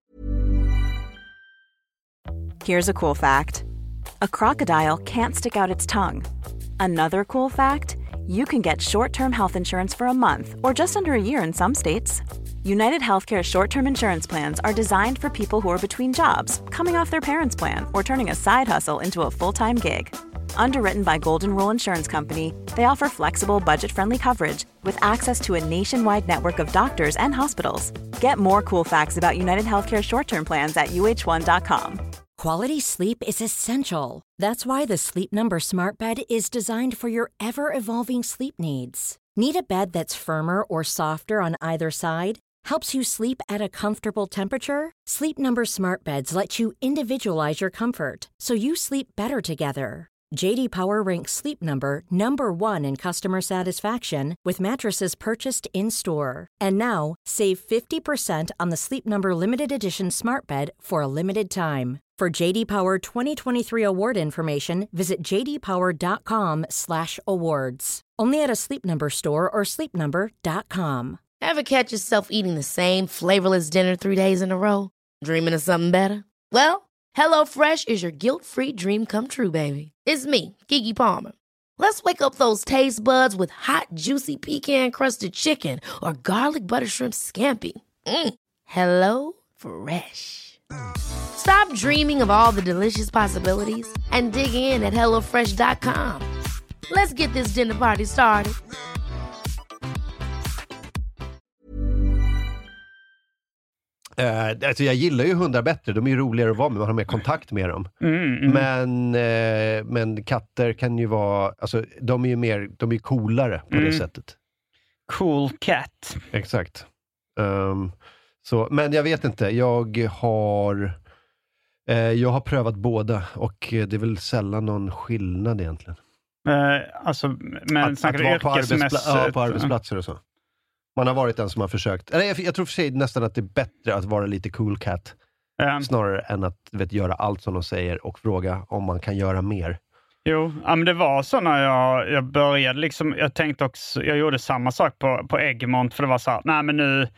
Here's a cool fact. A crocodile can't stick out its tongue. Another cool fact, you can get short-term health insurance for a month or just under a year in some states. United Healthcare short-term insurance plans are designed for people who are between jobs, coming off their parents' plan, or turning a side hustle into a full-time gig. Underwritten by Golden Rule Insurance Company, they offer flexible, budget-friendly coverage with access to a nationwide network of doctors and hospitals. Get more cool facts about United Healthcare short-term plans at U H one dot com. Quality sleep is essential. That's why the Sleep Number Smart Bed is designed for your ever-evolving sleep needs. Need a bed that's firmer or softer on either side? Helps you sleep at a comfortable temperature? Sleep Number Smart Beds let you individualize your comfort, so you sleep better together. J D Power ranks Sleep Number number one in customer satisfaction with mattresses purchased in-store. And now, save fifty percent on the Sleep Number Limited Edition Smart Bed for a limited time. For J D Power twenty twenty-three award information, visit j d power dot com slash awards. Only at a Sleep Number store or sleep number dot com. Ever catch yourself eating the same flavorless dinner three days in a row? Dreaming of something better? Well, HelloFresh is your guilt-free dream come true, baby. It's me, Keke Palmer. Let's wake up those taste buds with hot, juicy pecan-crusted chicken or garlic butter shrimp scampi. Mm. Hello Fresh. Stop dreaming of all the delicious possibilities and dig in at hello fresh dot com. Let's get this dinner party started. Uh, alltså jag gillar ju hundar bättre, de är ju roligare att vara med, man har mer kontakt med dem. Mm, mm. Men, uh, men katter kan ju vara, alltså de är ju mer, de är coolare på mm. det sättet. Cool cat. Exakt. Um, så, men jag vet inte, jag har uh, jag har prövat båda och det är väl sällan någon skillnad egentligen. Uh, alltså, men att, att vara på, arbetspla- ja, på arbetsplatser och så. Man har varit den som har försökt. Eller jag, jag tror för sig nästan att det är bättre att vara lite cool cat. Mm. Snarare än att vet, göra allt som de säger och fråga om man kan göra mer. Jo, men det var så när jag, jag började liksom, jag tänkte också, jag gjorde samma sak på, på Egmont, för det var så här, nej men nu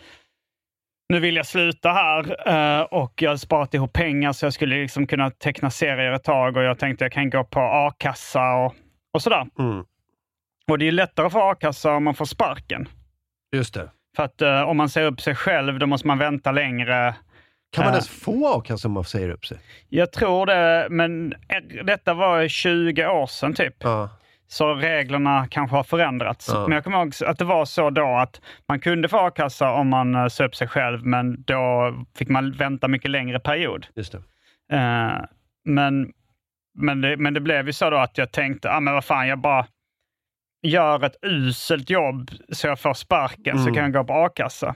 nu vill jag sluta här uh, och jag har sparat ihop pengar så jag skulle liksom kunna teckna serier ett tag och jag tänkte jag kan gå på a-kassa och, och sådär. Mm. Och det är lättare att få a-kassa om man får sparken. Just det. För att uh, om man säger upp sig själv, då måste man vänta längre. Kan man uh, ens få a-kassa om man säger upp sig? Jag tror det, men detta var tjugo år sedan typ. Uh. Så reglerna kanske har förändrats. Uh. Men jag kommer ihåg att det var så då att man kunde få a-kassa om man uh, sa upp sig själv, men då fick man vänta mycket längre period. Just det. Uh, men, men, det, men det blev ju så då att jag tänkte, ah, men vad fan, jag bara gör ett uselt jobb så jag får sparken mm. så kan jag gå på a-kassa.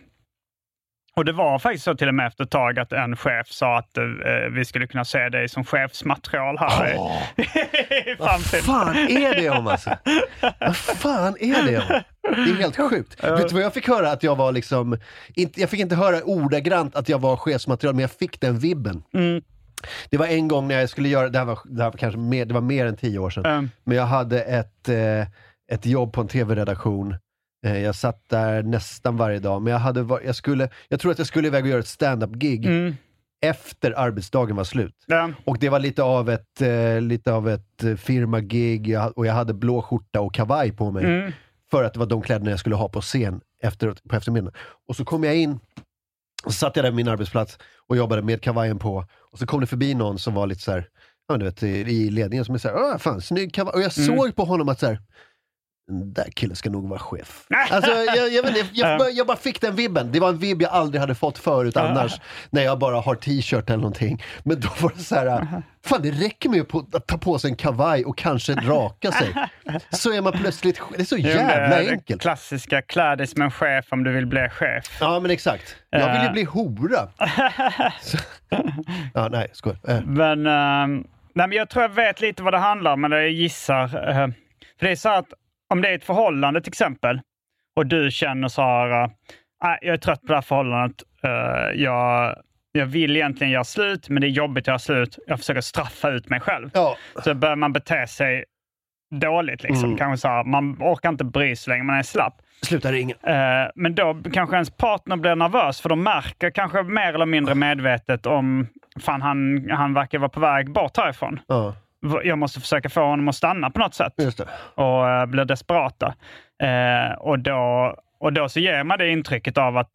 Och det var faktiskt så till och med efter ett tag att en chef sa att uh, vi skulle kunna se dig som chefsmaterial här. Oh. Vad fan är det om alltså? Vad fan är det om? Det är helt sjukt. Uh. Vet du vad jag fick höra? Att jag var liksom, inte, jag fick inte höra ordagrant att jag var chefsmaterial, men jag fick den vibben. Mm. Det var en gång när jag skulle göra, det här var, det här var kanske mer, det var mer än tio år sedan. Mm. Men jag hade ett, eh, ett jobb på en tv-redaktion. Eh, jag satt där nästan varje dag. Men jag, hade, jag, skulle, jag tror att jag skulle iväg och göra ett stand-up-gig mm. efter arbetsdagen var slut. Mm. Och det var lite av ett, eh, lite av ett firma-gig. Jag, och jag hade blå skjorta och kavaj på mig. Mm. För att det var de kläderna jag skulle ha på scen efter, på eftermiddagen. Och så kom jag in. Och så satt jag där på min arbetsplats och jobbade med kavajen på. Och så kom det förbi någon som var lite så här, ja, du vet, i ledningen som är så här, åh fan, snygg kavaj. Och jag mm. såg på honom att så här, den där killen ska nog vara chef. Alltså, jag, jag, vet inte, jag, jag, jag bara fick den vibben. Det var en vibb jag aldrig hade fått förut annars. När jag bara har t-shirt eller någonting. Men då var det så här, fan det räcker med att ta på sig en kavaj och kanske raka sig. Så är man plötsligt, det är så jävla jo, enkelt. Klassiska, kläder som en chef om du vill bli chef. Ja men exakt. Jag vill ju bli hora. Så. Ja nej, skål. Äh. Men, uh, nej, men jag tror jag vet lite vad det handlar om, men jag gissar. Uh, för det är så att om det är ett förhållande till exempel och du känner så här, äh, jag är trött på det här förhållandet, uh, jag, jag vill egentligen göra slut men det är jobbigt att göra slut, jag försöker straffa ut mig själv. Ja. Så börjar man bete sig dåligt liksom, mm. kanske så här, man orkar inte bry sig länge, man är slapp. Slutar ringen. Uh, men då kanske ens partner blir nervös för de märker kanske mer eller mindre medvetet om fan han, han verkar vara på väg bort härifrån. Ja. Jag måste försöka få honom att stanna på något sätt. Just det. Och uh, blir desperata. Uh, och, då, och då så ger man det intrycket av att,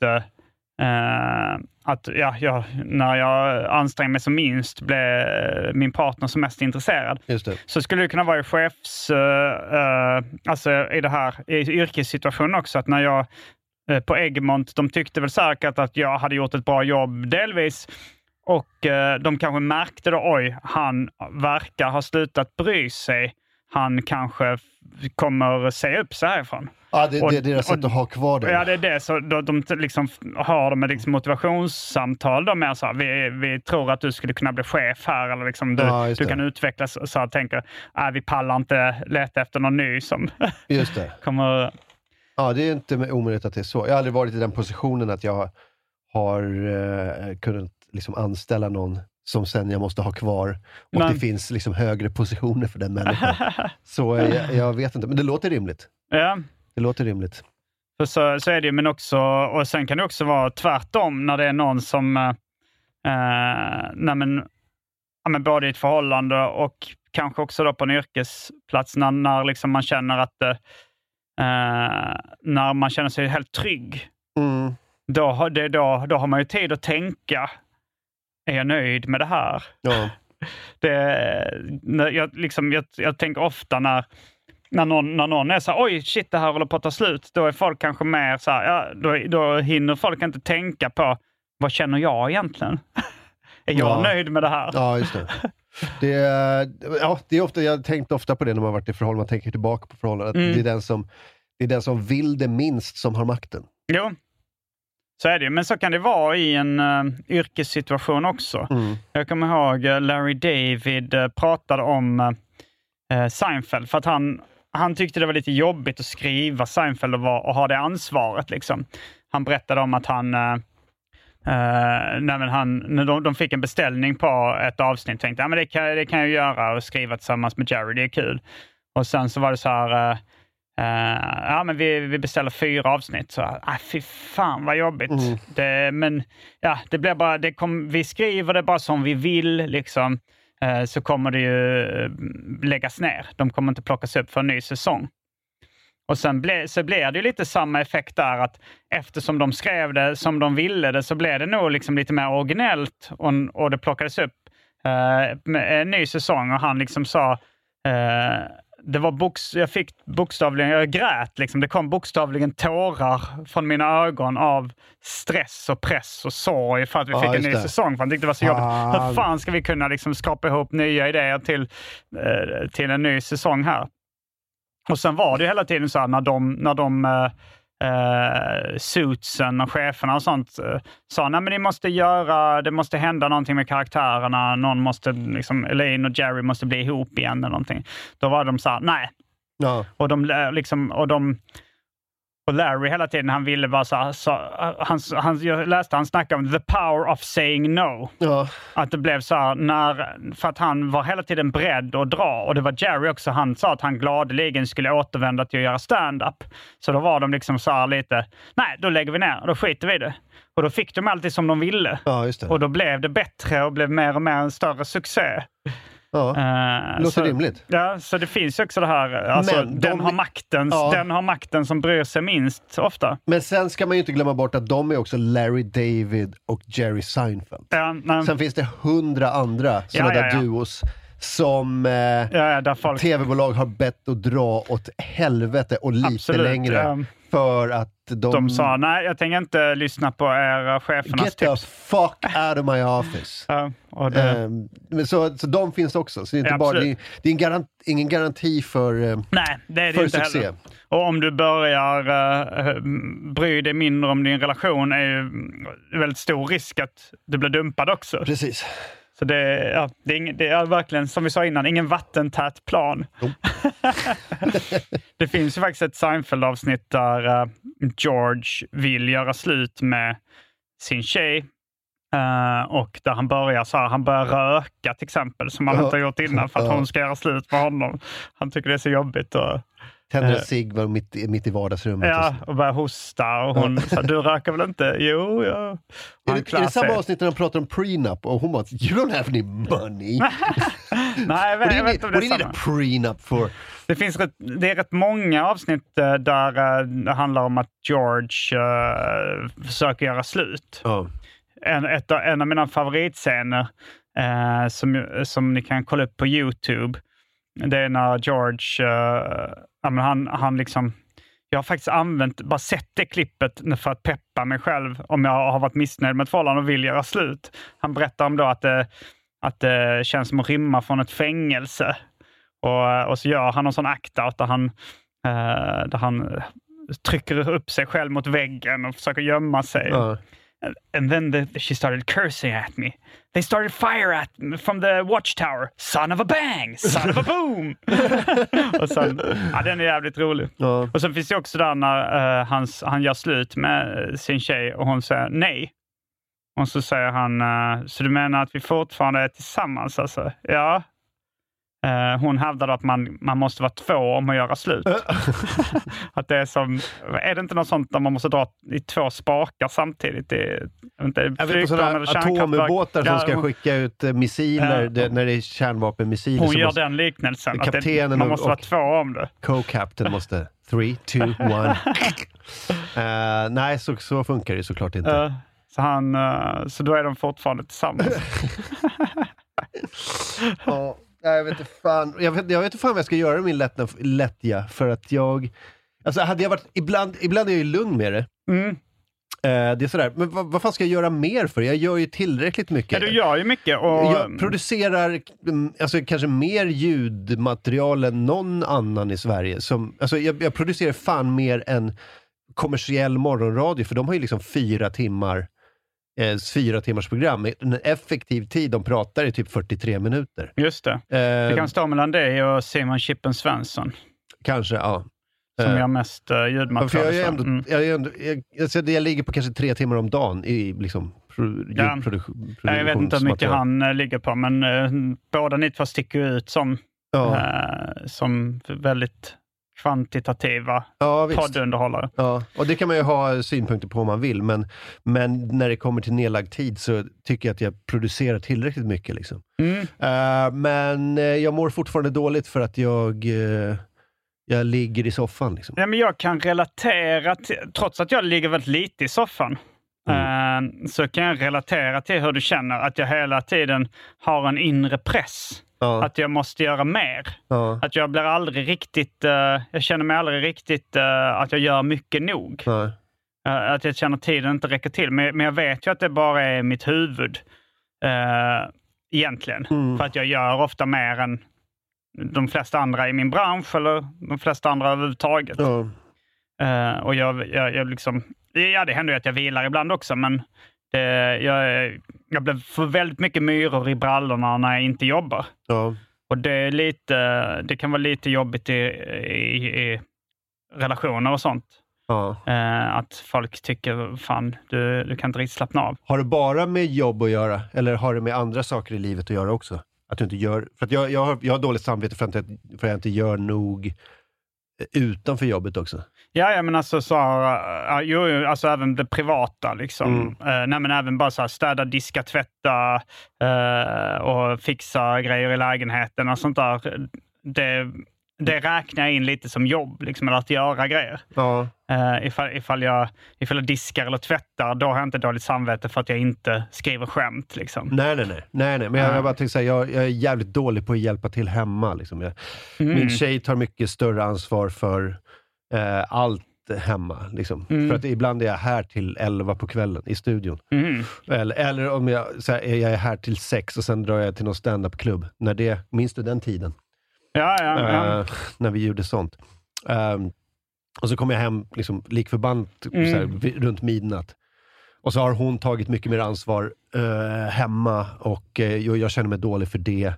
uh, att ja, jag, när jag anstränger mig som minst blir min partner som mest intresserad. Just det. Så skulle det kunna vara i chefs, uh, uh, alltså i det här i yrkessituationen också, att när jag uh, på Egmont, de tyckte väl säkert att jag hade gjort ett bra jobb delvis. Och eh, de kanske märkte då, oj, han verkar ha slutat bry sig. Han kanske f- kommer säga upp sig härifrån. Ja, det, och, det är deras sätt att ha kvar det. Ja, det är det. Så då, de liksom har de ett liksom motivationssamtal då med så här, vi, vi tror att du skulle kunna bli chef här. Eller liksom du, ja, du kan utvecklas så att tänker, äh, vi pallar inte leta efter någon ny som just det. kommer... Ja, det är inte omöjligt att det är så. Jag har aldrig varit i den positionen att jag har eh, kunnat liksom anställa någon som sen jag måste ha kvar. Och men... det finns liksom högre positioner för den människan. Så jag, jag vet inte, men det låter rimligt. Ja. Det låter rimligt. För så, så är det ju, men också, och sen kan det också vara tvärtom när det är någon som, äh, nej men, ja, men både i ett förhållande och kanske också då på en yrkesplats när, när liksom man känner att uh, när man känner sig helt trygg. Mm. Då, det, då, då har man ju tid att tänka, är jag nöjd med det här? Ja. det, jag, liksom, jag, jag tänker ofta när, när, någon, när någon är så här, oj shit det här håller på att ta slut, då är folk kanske mer så här, ja, då, då hinner folk inte tänka på vad känner jag egentligen? Är jag ja. nöjd med det här? Ja, just det. Det är, ja, det är ofta, jag har tänkt ofta på det när man varit i förhållande, man tänker tillbaka på förhållandet. Mm. Det, är den som, det är den som vill det minst som har makten. Jo, så är det. Men så kan det vara i en uh, yrkessituation också. Mm. Jag kommer ihåg uh, Larry David uh, pratade om uh, Seinfeld. För att han, han tyckte det var lite jobbigt att skriva Seinfeld och, var, och ha det ansvaret. Liksom. Han berättade om att han... Uh, Uh, nej, men han, när de, de fick en beställning på ett avsnitt, tänkte ja, men det, kan, det kan jag göra och skriva tillsammans med Jerry, det är kul. Och sen så var det så här uh, uh, ja men vi, vi beställer fyra avsnitt, så ah, fy fan vad jobbigt. Mm. Det, men ja, det blir bara, det kom, vi skriver det bara som vi vill liksom, uh, så kommer det ju uh, läggas ner. De kommer inte plockas upp för en ny säsong. Och sen ble, så blev det ju lite samma effekt där, att eftersom de skrev det som de ville det, så blev det nog liksom lite mer originellt och, och det plockades upp eh, med en ny säsong och han liksom sa eh, det var box, jag fick bokstavligen, jag grät liksom, det kom bokstavligen tårar från mina ögon av stress och press och sorg för att vi ah, fick en ny det. säsong, för han tyckte det var så jobbigt. Ah. Hur fan ska vi kunna liksom skapa ihop nya idéer till, eh, till en ny säsong här? Och sen var det ju hela tiden så här när de, när de äh, suitsen och cheferna och sånt äh, sa, nej men ni måste göra, det måste hända någonting med karaktärerna, någon måste liksom, Elaine och Jerry måste bli ihop igen eller någonting. Då var de så här, nej. Ja. Och de liksom, och de och Larry hela tiden, han ville bara så här, så, han, han, jag läste han snackade om the power of saying no. Ja. Att det blev så här, när, för att han var hela tiden beredd att dra. Och det var Jerry också, han sa att han gladeligen skulle återvända till att göra stand-up. Så då var de liksom så här lite, nej då lägger vi ner och då skiter vi det. Och då fick de alltid som de ville. Ja, just det. Och då blev det bättre och blev mer och mer en större succé. Ja, uh, låter så, rimligt. Ja, så det finns också det här, alltså, men den, de, har makten, ja. den har makten som bryr sig minst ofta. Men sen ska man ju inte glömma bort att de är också Larry David och Jerry Seinfeld. Ja, nej. Sen finns det hundra andra sådana ja, ja, ja. där duos som eh, ja, ja, folk... tv-bolag har bett att dra åt helvete och lite Absolut, längre ja. för att de... De sa, nej jag tänker inte lyssna på era chefernas Get tips. the fuck out of my office. Ja, och det... um, men så, så de finns också. Så det är, inte ja, bara, det är, det är en garant, ingen garanti för, uh, nej, det är det för inte succé. Heller. Och om du börjar uh, bry dig mindre om din relation är ju väldigt stor risk att du blir dumpad också. Precis. Så det, ja, det, är ing, det är verkligen, som vi sa innan, ingen vattentät plan. Oh. Det finns ju faktiskt ett Seinfeld-avsnitt där uh, George vill göra slut med sin tjej. Uh, och där han börjar så här, han börjar röka till exempel, som han oh. inte har gjort innan för att oh. hon ska göra slut med honom. Han tycker det är så jobbigt. Och, tänder en cigg mitt, mitt i vardagsrummet. Ja, och, och börjar hosta. Och hon sa, du röker väl inte? Jo, ja. Är det, är det samma avsnitt när de pratar om prenup? Och hon bara, you don't have any money. Nej, jag vet inte om det är samma. What do you need a prenup for? Det, finns rätt, det är rätt många avsnitt där uh, det handlar om att George uh, försöker göra slut. Oh. En, ett, en av mina favoritscener uh, som, som ni kan kolla upp på YouTube. Det är när George, uh, ja, men han, han liksom, jag har faktiskt använt, bara sett det klippet för att peppa mig själv om jag har varit missnöjd med ett förhållande och vill göra slut. Han berättar om då att det, att det känns som att rymma från ett fängelse. Och, och så gör han en sån act-out där han, uh, där han trycker upp sig själv mot väggen och försöker gömma sig. Uh. And then the, she started cursing at me. They started fire at me from the watchtower. Son of a bang! Son of a boom! Och sen, ja, den är jävligt rolig. Ja. Och sen finns det också där när uh, hans, han gör slut med sin tjej och hon säger nej. Och så säger han, uh, så du menar att vi fortfarande är tillsammans alltså? Ja. Uh, hon hävdade att man, man måste vara två om att göra slut. Att det är som, är det inte något sånt där man måste dra i två spakar samtidigt? Det är inte flygplan eller kärnkraftverk. Atombåtar som ja, ska skicka ut uh, missiler uh, det, när det är kärnvapenmissiler. Hon gör måste, den liknelsen. Att det, man måste och, vara två om det. Co-captain måste three, two, one. uh, nej, så, så funkar det såklart inte. Uh, så, han, uh, så då är de fortfarande tillsammans. Ja. Jag vet inte fan, jag vet, jag vet inte fan vad jag ska göra med min lättna, lättja för att jag, alltså hade jag varit, ibland, ibland är jag ju lugn med det. Mm. Eh, det är sådär, men vad, vad fan ska jag göra mer för? Jag gör ju tillräckligt mycket. Ja, du gör ju mycket. Och... Jag producerar alltså, kanske mer ljudmaterial än någon annan i Sverige. Som, alltså, jag, jag producerar fan mer än kommersiell morgonradio, för de har ju liksom fyra timmar fyra timmars program. En effektiv tid de pratar i typ fyrtiotre minuter. Just det. Eh, det kan stå mellan dig och Simon Chippen Svensson. Kanske, ja. Som eh, gör mest uh, ljudmaterial. För jag, är ändå, mm. jag, är ändå, jag, jag, jag ligger på kanske tre timmar om dagen i liksom pro, ja. ljudproduktion. Jag vet inte hur mycket han uh, ligger på, men uh, båda ni två sticker ut som, ja. uh, som väldigt kvantitativa ja, poddunderhållare. Ja, och det kan man ju ha synpunkter på om man vill, men, men när det kommer till nedlagd tid så tycker jag att jag producerar tillräckligt mycket liksom. Mm. Uh, men uh, jag mår fortfarande dåligt för att jag uh, jag ligger i soffan liksom. Ja, men jag kan relatera till, trots att jag ligger väldigt lite i soffan, mm. uh, så kan jag relatera till hur du känner att jag hela tiden har en inre press. Ja. Att jag måste göra mer. Ja. Att jag blir aldrig riktigt... Uh, jag känner mig aldrig riktigt uh, att jag gör mycket nog. Ja. Uh, att jag känner att tiden inte räcker till. Men, men jag vet ju att det bara är mitt huvud. Uh, egentligen. Mm. För att jag gör ofta mer än de flesta andra i min bransch. Eller de flesta andra överhuvudtaget. Ja. Uh, och jag, jag, jag liksom... Ja, det händer ju att jag vilar ibland också. Men det, jag... Jag blev för väldigt mycket myror i brallorna när jag inte jobbar. Ja. Och det är lite, det kan vara lite jobbigt i, i, i relationer och sånt. Ja. Eh, att folk tycker, fan, du, du kan inte riktigt slappna av. Har du bara med jobb att göra? Eller har det med andra saker i livet att göra också? Att du inte gör, för att jag, jag, har, jag har dåligt samvete för att, jag, för att jag inte gör nog utanför jobbet också. Ja, ja men alltså så uh, jo, alltså även det privata liksom. Mm. Uh, nej men även bara så här, städa, diska, tvätta uh, och fixa grejer i lägenheten och sånt där. Det, det räknar jag in lite som jobb liksom, eller att göra grejer. Ja. Uh, ifall, ifall, jag, ifall jag diskar eller tvättar, då har jag inte dåligt samvete för att jag inte skriver skämt liksom. Nej, nej, nej. nej, nej. Men jag, uh. jag bara tänkte säga, jag, jag är jävligt dålig på att hjälpa till hemma. Liksom. Jag, mm. Min tjej tar mycket större ansvar för uh, allt hemma. Liksom. Mm. För att ibland är jag här till elva på kvällen i studion. Mm. Eller, eller om jag, så här, jag är här till sex och sen drar jag till någon stand-up-klubb. När det, minns du den tiden? Ja, ja, ja. Uh, när vi gjorde sånt. Um, och så kom jag hem liksom, likförband mm. så här, runt midnatt. Och så har hon tagit mycket mer ansvar uh, hemma. Och uh, jag, jag känner mig dålig för det.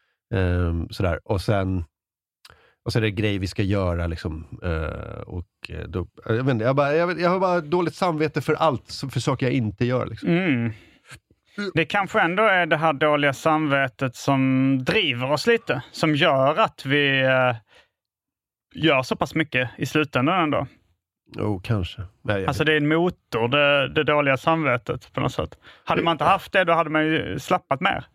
Um, sådär. Och sen och så är det grejer vi ska göra. Liksom, uh, och då, jag, vet inte, jag, bara, jag, jag har bara dåligt samvete för allt. För saker jag inte gör. Liksom. Mm. Det kanske ändå är det här dåliga samvetet som driver oss lite. Som gör att vi eh, gör så pass mycket i slutändan ändå. Jo, oh, kanske. Nej, alltså det är en motor, det, det dåliga samvetet på något sätt. Hade man inte haft det, då hade man ju slappat mer.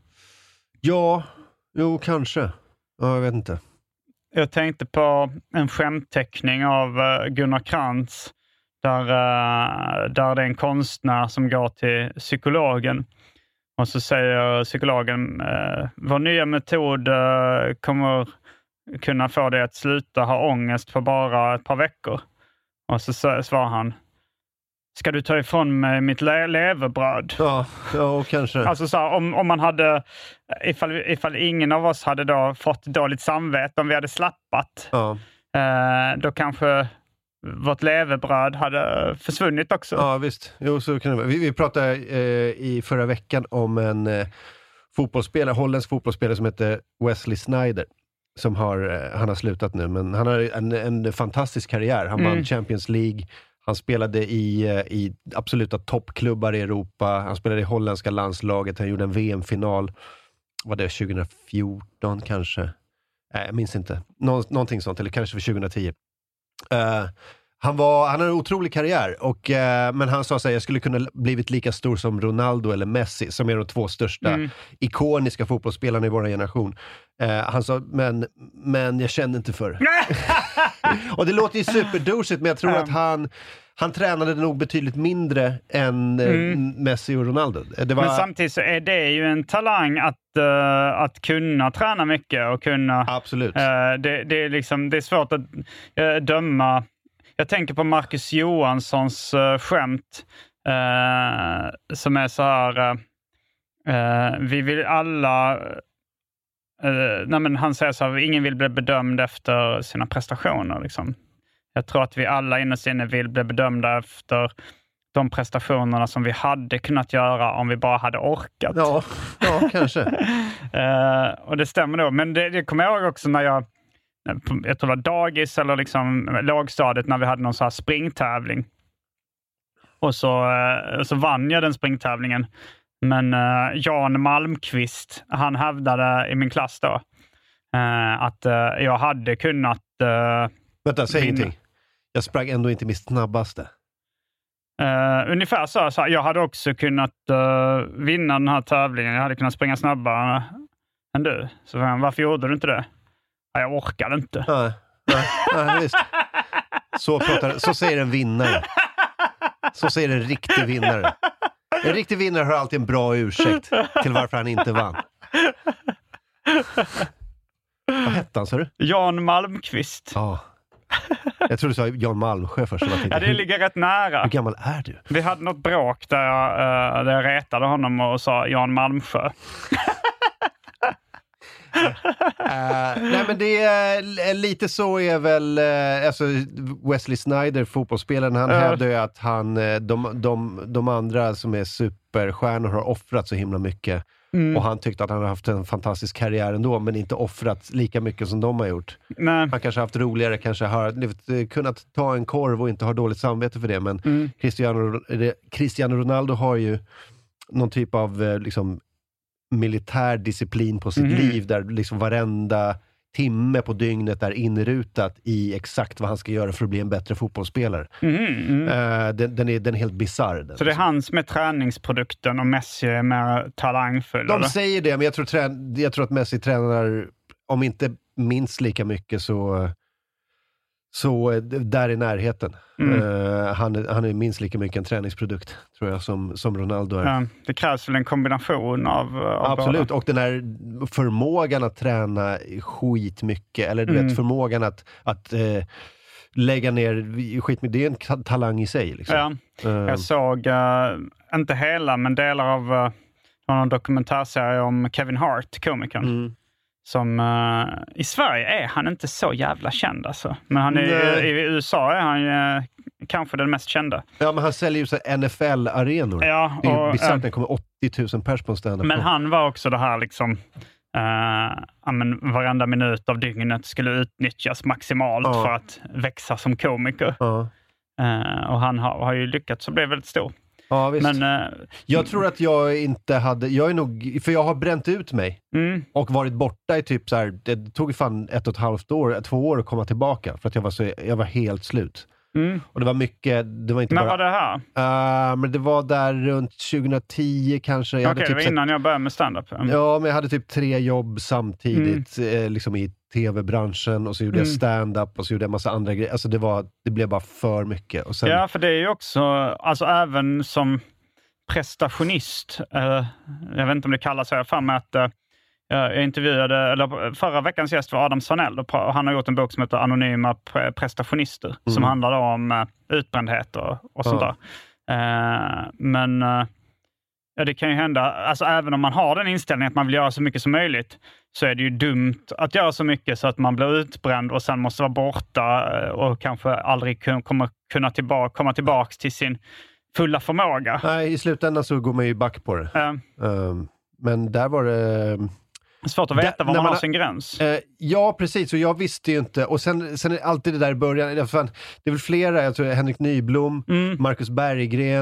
Ja, jo, kanske. Ja, jag vet inte. Jag tänkte på en skämtteckning av uh, Gunnar Krantz. Där, uh, där det är en konstnär som går till psykologen. Och så säger psykologen, uh, vår nya metod uh, kommer kunna få dig att sluta ha ångest för bara ett par veckor. Och så svarar han, ska du ta ifrån mig mitt le- leverbröd? Ja, ja kanske. Alltså så här, om, om man hade, ifall, ifall ingen av oss hade då fått dåligt samvete, om vi hade slappat, ja. uh, då kanske vårt leverbröd hade försvunnit också. Ja, visst. Jo, så kan det vara. Vi, vi pratade eh, i förra veckan om en eh, fotbollsspelare, holländsk fotbollsspelare som heter Wesley Sneijder. Som har, eh, han har slutat nu, men han har en, en fantastisk karriär. Han mm. vann Champions League. Han spelade i, eh, i absoluta toppklubbar i Europa. Han spelade i holländska landslaget. Han gjorde en V M-final. Var det tjugo fjorton kanske? Nej, jag minns inte. Nå- någonting sånt, eller kanske för tjugohundratio. Uh, han, var, han har en otrolig karriär, och, uh, men han sa att jag skulle kunna blivit lika stor som Ronaldo eller Messi, som är de två största mm. ikoniska fotbollsspelarna i vår generation. Uh, han sa, men, men jag kände inte för det. Och det låter ju superdosigt, men jag tror um. att han Han tränade nog betydligt mindre än mm. Messi och Ronaldo. Det var... Men samtidigt så är det ju en talang att, uh, att kunna träna mycket och kunna... Absolut. Uh, det, det, är liksom, det är svårt att uh, döma. Jag tänker på Marcus Johanssons uh, skämt uh, som är så här... Uh, vi vill alla... Uh, nej men han säger så här, ingen vill bli bedömd efter sina prestationer liksom. Jag tror att vi alla innerst inne vill bli bedömda efter de prestationerna som vi hade kunnat göra om vi bara hade orkat. Ja, ja kanske. uh, och det stämmer då. Men det, det kommer jag ihåg också när jag, jag tror det var dagis eller liksom lågstadiet, när vi hade någon sån här springtävling. Och så, uh, så vann jag den springtävlingen. Men uh, Jan Malmqvist, han hävdade i min klass då uh, att uh, jag hade kunnat... Uh, Vänta, säg vinna. Ingenting. Jag sprang ändå inte mitt snabbaste. Uh, ungefär så, så. Jag hade också kunnat uh, vinna den här tävlingen. Jag hade kunnat springa snabbare än du. Så varför gjorde du inte det? Ja, jag orkade inte. Nej, nej, nej visst. Så, pratar, så säger en vinnare. Så säger en riktig vinnare. En riktig vinnare har alltid en bra ursäkt till varför han inte vann. Vad hette han, sa du? Jan Malmqvist. Ja. Jag tror du sa Jan Malmsjö först. Ja, det ligger rätt nära. Hur gammal är du? Vi hade något bråk där jag, uh, där jag retade honom och sa Jan Malmsjö. uh, nej men det är lite så är väl uh, alltså Wesley Sneijder, fotbollsspelaren, han uh. hävdar ju att han, de, de, de andra som är superstjärnor har offrat så himla mycket. Mm. Och han tyckte att han har haft en fantastisk karriär ändå, men inte offrat lika mycket som de har gjort. Nej. Han kanske har haft roligare, kanske har kunnat ta en korv och inte ha dåligt samvete för det, men mm. Cristiano, Cristiano Ronaldo har ju någon typ av liksom, militär disciplin på sitt mm. liv, där liksom varenda timme på dygnet är inrutat i exakt vad han ska göra för att bli en bättre fotbollsspelare. Mm, mm. Uh, den, den, är, den är helt bizarr. Den. Så det är hans med träningsprodukten och Messi är mer talangfull? De eller? säger det, men jag tror, trä, jag tror att Messi tränar, om inte minst lika mycket, så, så där i närheten. Mm. Uh, han, han är minst lika mycket en träningsprodukt, tror jag, som, som Ronaldo är. Ja, det krävs väl en kombination av, av absolut, båda. Och den här förmågan att träna skit mycket, eller du mm. vet, förmågan att, att uh, lägga ner skit med, det är en talang i sig. Liksom. Ja. Uh. Jag såg, uh, inte hela, men delar av uh, någon dokumentärserie om Kevin Hart, komikern. Mm. Som uh, i Sverige är han inte så jävla känd alltså. Men han är, i, i U S A är han uh, kanske den mest kända. Ja, men han säljer ju så N F L-arenor. Ja, det är ju bizarrt att det kommer åttio tusen pers på en stand-up. Men han var också det här liksom uh, ja, men varenda minut av dygnet skulle utnyttjas maximalt ja. för att växa som komiker. Ja. Uh, och han har, har ju lyckats så blev väldigt stor. Ja, visst. Men, uh, jag tror att jag inte hade, jag är nog, för jag har bränt ut mig mm. och varit borta i typ så här, det tog fan ett och ett halvt år, två år att komma tillbaka för att jag var så, jag var helt slut. Mm. Och det var mycket, det var inte men bara... Men var det här? Uh, men det var där runt tjugohundratio kanske. Okej, okay, typ det var innan jag började med stand-up. Mm. Ja, men jag hade typ tre jobb samtidigt, mm. eh, liksom i tv-branschen, och så gjorde mm. jag stand-up och så gjorde jag massa andra grejer. Alltså det var, det blev bara för mycket. Och sen... Ja, för det är ju också, alltså även som prestationist, eh, jag vet inte om det kallas så, jag fan med att eh, jag intervjuade, eller förra veckans gäst var Adam Svanell, och han har gjort en bok som heter Anonyma prestationister, mm. som handlar om uh, utbrändhet och, och sånt ja. där. Uh, men uh, ja, det kan ju hända, alltså även om man har den inställningen att man vill göra så mycket som möjligt, så är det ju dumt att göra så mycket så att man blir utbränd och sen måste vara borta och kanske aldrig kun, kommer kunna tillbaka, komma tillbaka till sin fulla förmåga. Nej, i slutändan så går man ju back på det. Uh. Uh, men där var det... Svårt att veta där, var man, man har sin gräns. Eh, ja, precis. Och jag visste ju inte. Och sen, sen är alltid det där i början. Det är väl flera. Jag tror Henrik Nyblom, mm. Marcus Berggren,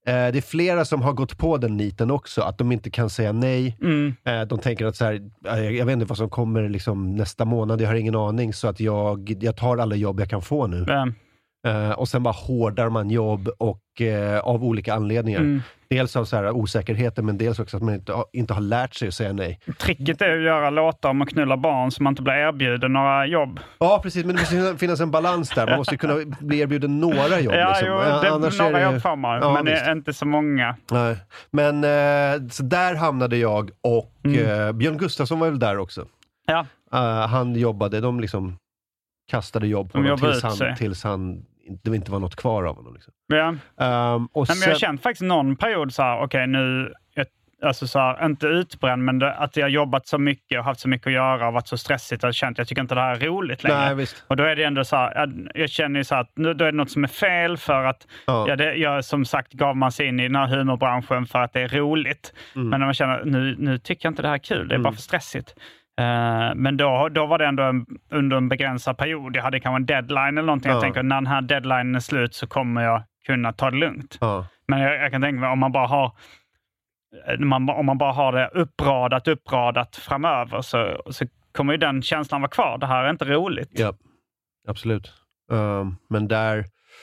det är flera som har gått på den niten också, att de inte kan säga nej. Mm. De tänker att så här, jag vet inte vad som kommer liksom nästa månad, jag har ingen aning, så att jag, jag tar alla jobb jag kan få nu. Mm. Uh, och sen bara hårdar man jobb och uh, av olika anledningar. Mm. Dels av så här osäkerheten, men dels också att man inte, inte har lärt sig att säga nej. Tricket är att göra låtar om att knulla barn så man inte blir erbjuden några jobb. Ja, precis. Men det måste finnas en balans där. Man måste kunna bli erbjuden några jobb. Ja, liksom. jo, det, Annars några är det... jobb får man, ja, men det visst. är inte så många. Nej. Men uh, så där hamnade jag och mm. uh, Björn Gustafsson var väl där också. Ja. Uh, han jobbade, de liksom kastade jobb på honom tills han, tills han det inte var något kvar av honom. Liksom. Ja. Um, och Nej, sen... men jag har känt faktiskt någon period så här, okej okay, nu, ett, alltså så här, inte utbränd, men det, att jag har jobbat så mycket och haft så mycket att göra och varit så stressigt och känt, jag tycker inte det här är roligt längre. Nej, visst. Och då är det ändå så här, jag, jag känner ju så här att nu, då är det något som är fel för att ja. Ja, det, jag som sagt gav man sig in i den här humorbranschen för att det är roligt. Mm. Men när man känner, nu, nu tycker jag inte det här är kul, det är mm. bara för stressigt. Uh, men då, då var det ändå en, under en begränsad period. Jag hade kanske en deadline eller någonting. Ja. Jag tänker när den här deadlinen är slut så kommer jag kunna ta det lugnt. Ja. Men jag, jag kan tänka mig om man bara har man, om man bara har det uppradat, uppradat framöver så, så kommer ju den känslan vara kvar. Det här är inte roligt. Ja, absolut. Um, men där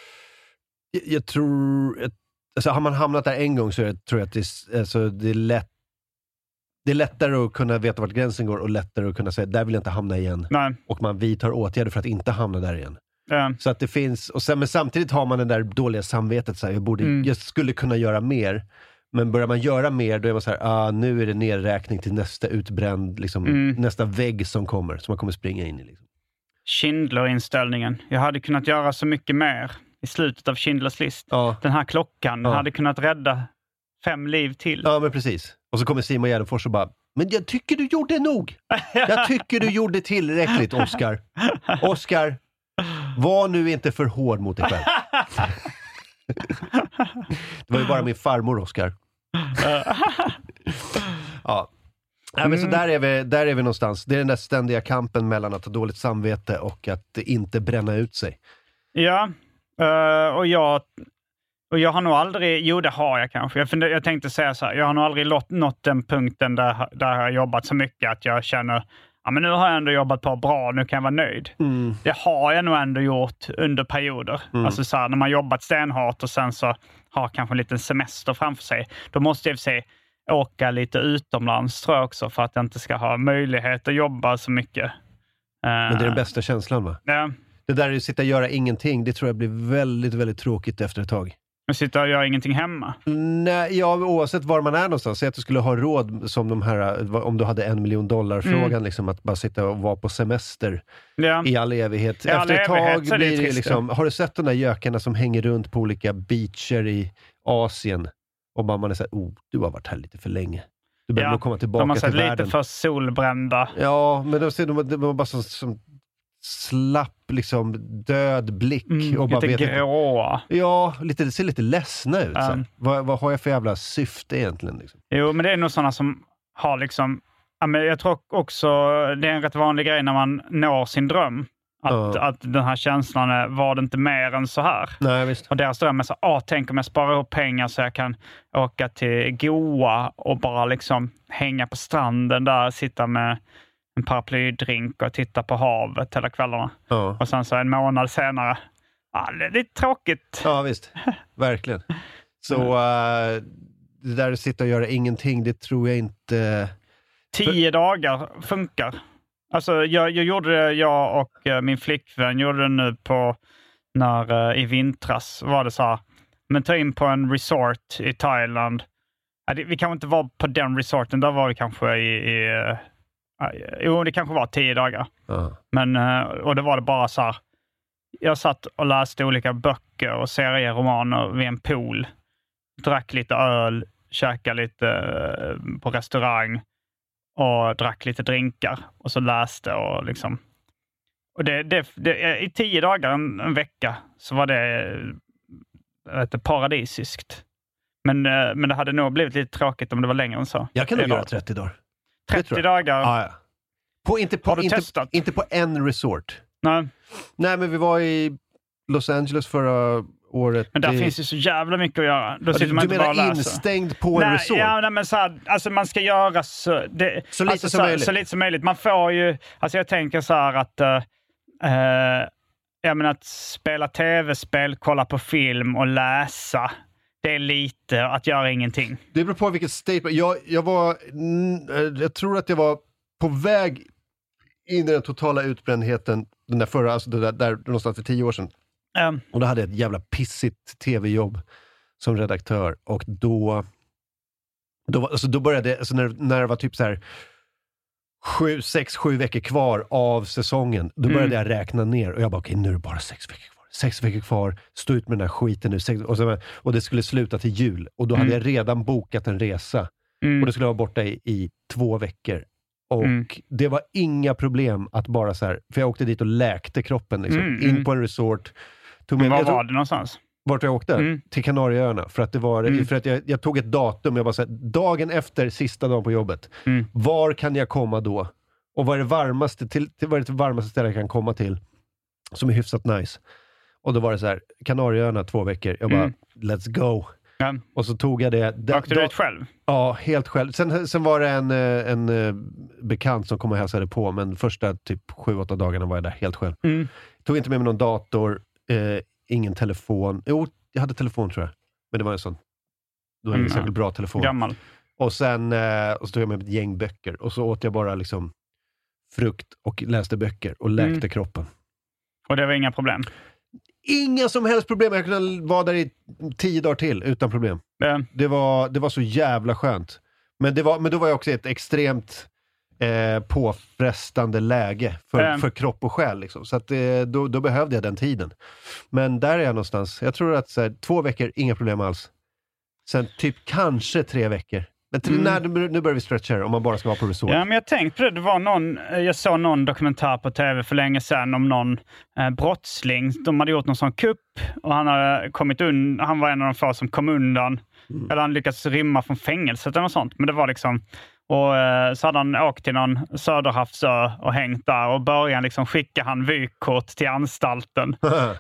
jag, jag tror att, alltså har man hamnat där en gång så jag tror jag att det, alltså, det är lätt Det är lättare att kunna veta vart gränsen går och lättare att kunna säga, där vill jag inte hamna igen. Nej. Och man vidtar åtgärder för att inte hamna där igen. Mm. Så att det finns, och sen, men samtidigt har man den där dåliga samvetet, så här, jag, borde, mm. jag skulle kunna göra mer. Men börjar man göra mer, då är man så här, ah, nu är det nedräkning till nästa utbränd, liksom, mm. nästa vägg som kommer, som man kommer springa in i. Liksom. Schindler-inställningen. Jag hade kunnat göra så mycket mer i slutet av Schindlers list. Ja. Den här klockan ja. hade kunnat rädda fem liv till. Ja, men precis. Och så kommer Simon Gärdenfors och bara, men jag tycker du gjorde nog. Jag tycker du gjorde tillräckligt, Oscar. Oscar, var nu inte för hård mot dig själv. Det var ju bara min farmor, Oscar. Ja. Ja, men så där är, vi, där är vi någonstans. Det är den där ständiga kampen mellan att ha dåligt samvete och att inte bränna ut sig. Ja, uh, och jag... Och jag har nog aldrig, jo det har jag kanske. Jag, funder, jag tänkte säga så här, jag har nog aldrig låt, nått den punkten där, där jag har jobbat så mycket att jag känner, ja men nu har jag ändå jobbat på bra, nu kan jag vara nöjd. Mm. Det har jag nog ändå gjort under perioder. Mm. Alltså så här, när man jobbat stenhårt och sen så har kanske en liten semester framför sig. Då måste jag se åka lite utomlands tror jag också för att jag inte ska ha möjlighet att jobba så mycket. Men det är den bästa känslan va? Ja. Det där att sitta och göra ingenting, det tror jag blir väldigt, väldigt tråkigt efter ett tag. Och sitta och göra ingenting hemma? Nej, ja, oavsett var man är någonstans. Säg att du skulle ha råd som de här, om du hade en miljon dollar frågan, mm. liksom, att bara sitta och vara på semester ja. i all evighet. I all Efter ett tag evighet, blir det trist, liksom, har du sett de där gökarna som hänger runt på olika beacher i Asien? Och bara man är såhär, oh, du har varit här lite för länge. Du behöver ja, nog komma tillbaka till lite världen. Lite för solbrända. Ja, men de, de, de var bara så, som slapp, liksom död blick. Mm, och bara lite vet grå. Inte, ja, lite, det ser lite ledsna ut. Um, vad, vad har jag för jävla syfte egentligen? Liksom? Jo, men det är nog sådana som har liksom... Ja, men jag tror också det är en rätt vanlig grej när man når sin dröm. Att, uh. att den här känslan är, var det inte mer än så här? Nej, visst. Och deras dröm är så, ah, tänk om jag sparar upp pengar så jag kan åka till Goa och bara liksom hänga på stranden där, sitta med en paraplydrink och titta på havet hela kvällarna. Uh. Och sen så en månad senare, ah, det är lite tråkigt. Ja, visst. Verkligen. Så uh, det där att sitta och göra ingenting, det tror jag inte... Tio dagar funkar. Alltså jag, jag gjorde det, jag och uh, min flickvän gjorde det nu på när uh, i vintras var det så här, men ta in på en resort i Thailand. Ja, det, vi kanske inte var på den resorten, där var vi kanske i, i uh, uh, jo det kanske var tio dagar. Uh. Men, uh, och det var det bara så här, jag satt och läste olika böcker och serieromaner vid en pool. Drack lite öl, käkade lite uh, på restaurang. Och drack lite drinkar. Och så läste och liksom... Och det, det, det, i tio dagar, en, en vecka, så var det vet, paradisiskt. Men, men det hade nog blivit lite tråkigt om det var längre än så. Jag kan nog göra trettio dagar. trettio dagar? Ah, ja. På, inte, på, har du inte, testat? Inte på en resort. Nej. Nej, men vi var i Los Angeles förra året... Men där i... finns ju så jävla mycket att göra. Då ja, sitter du man du inte menar bara och läser. instängd på nej, en resort? Ja, nej, men så här, alltså man ska göra så... Det, så, lite alltså, som så, möjligt. så lite som möjligt. Man får ju... Alltså jag tänker så här att... Uh, uh, jag menar att spela tv-spel, kolla på film och läsa... Det är lite att göra ingenting. Det beror på vilket state... Jag, jag var... Jag tror att jag var på väg in i den totala utbrändheten den där förra, alltså det där, där någonstans för tio år sedan. Um, och då hade jag ett jävla pissigt tv-jobb som redaktör. Och då... Då, var, alltså då började... Alltså när, när det var typ så här... Sju, sex, sju veckor kvar av säsongen. Då började mm. jag räkna ner. Och jag bara, okej, okay, nu är det bara sex veckor kvar. Sex veckor kvar, stå ut med den här skiten nu. Sex, och, så, och det skulle sluta till jul. Och då mm. hade jag redan bokat en resa. Mm. Och det skulle vara borta i, i två veckor. Och mm. det var inga problem att bara så här... För jag åkte dit och läkte kroppen. Liksom, mm. In på en resort. Tog med, var jag tog, var det någonstans? Vart jag åkte? Mm. Till Kanarieöarna. För att, det var, mm. för att jag, jag tog ett datum. Jag bara så här, dagen efter sista dagen på jobbet. Mm. Var kan jag komma då? Och vad är det varmaste, till, till, vad är det varmaste ställe jag kan komma till? Som är hyfsat nice. Och då var det så här, Kanarieöarna två veckor. Jag bara, mm. let's go. Ja. Och så tog jag det. Da, Åkte du ut själv? Ja, helt själv. Sen, sen var det en, en, en bekant som kom och hälsade på. Men första typ sju, åtta dagarna var jag där helt själv. Mm. Tog inte med mig någon dator. Eh, ingen telefon. Jo, jag hade telefon tror jag. Men det var en sån. Då var det mm. en särskilt bra telefon. Gammal. Och sen eh, och så tog jag med ett gäng böcker. Och så åt jag bara liksom frukt och läste böcker. Och läkte mm. kroppen. Och det var inga problem? Inga som helst problem. Jag kunde vara där i tio dagar till utan problem. Mm. Det, var, det var så jävla skönt. Men, det var, men då var jag också i ett extremt eh, påfrestande läge för, mm. för kropp och själ. Liksom. Så att, eh, då, då behövde jag den tiden. Men där är jag någonstans. Jag tror att så här, två veckor, inga problem alls. Sen typ kanske tre veckor. Men till, mm. när, nu börjar vi stretcha om man bara ska vara på resort. Ja, men jag tänkte på det. Det var någon, jag såg någon dokumentär på tv för länge sedan om någon eh, brottsling. De hade gjort någon sån kupp och han, hade kommit un, han var en av de få som kom undan. Mm. Eller han lyckats rymma från fängelset eller något sånt. Men det var liksom... Och eh, så hade han åkt till någon söderhavsö och hängt där. Och början liksom skicka han vykort till anstalten.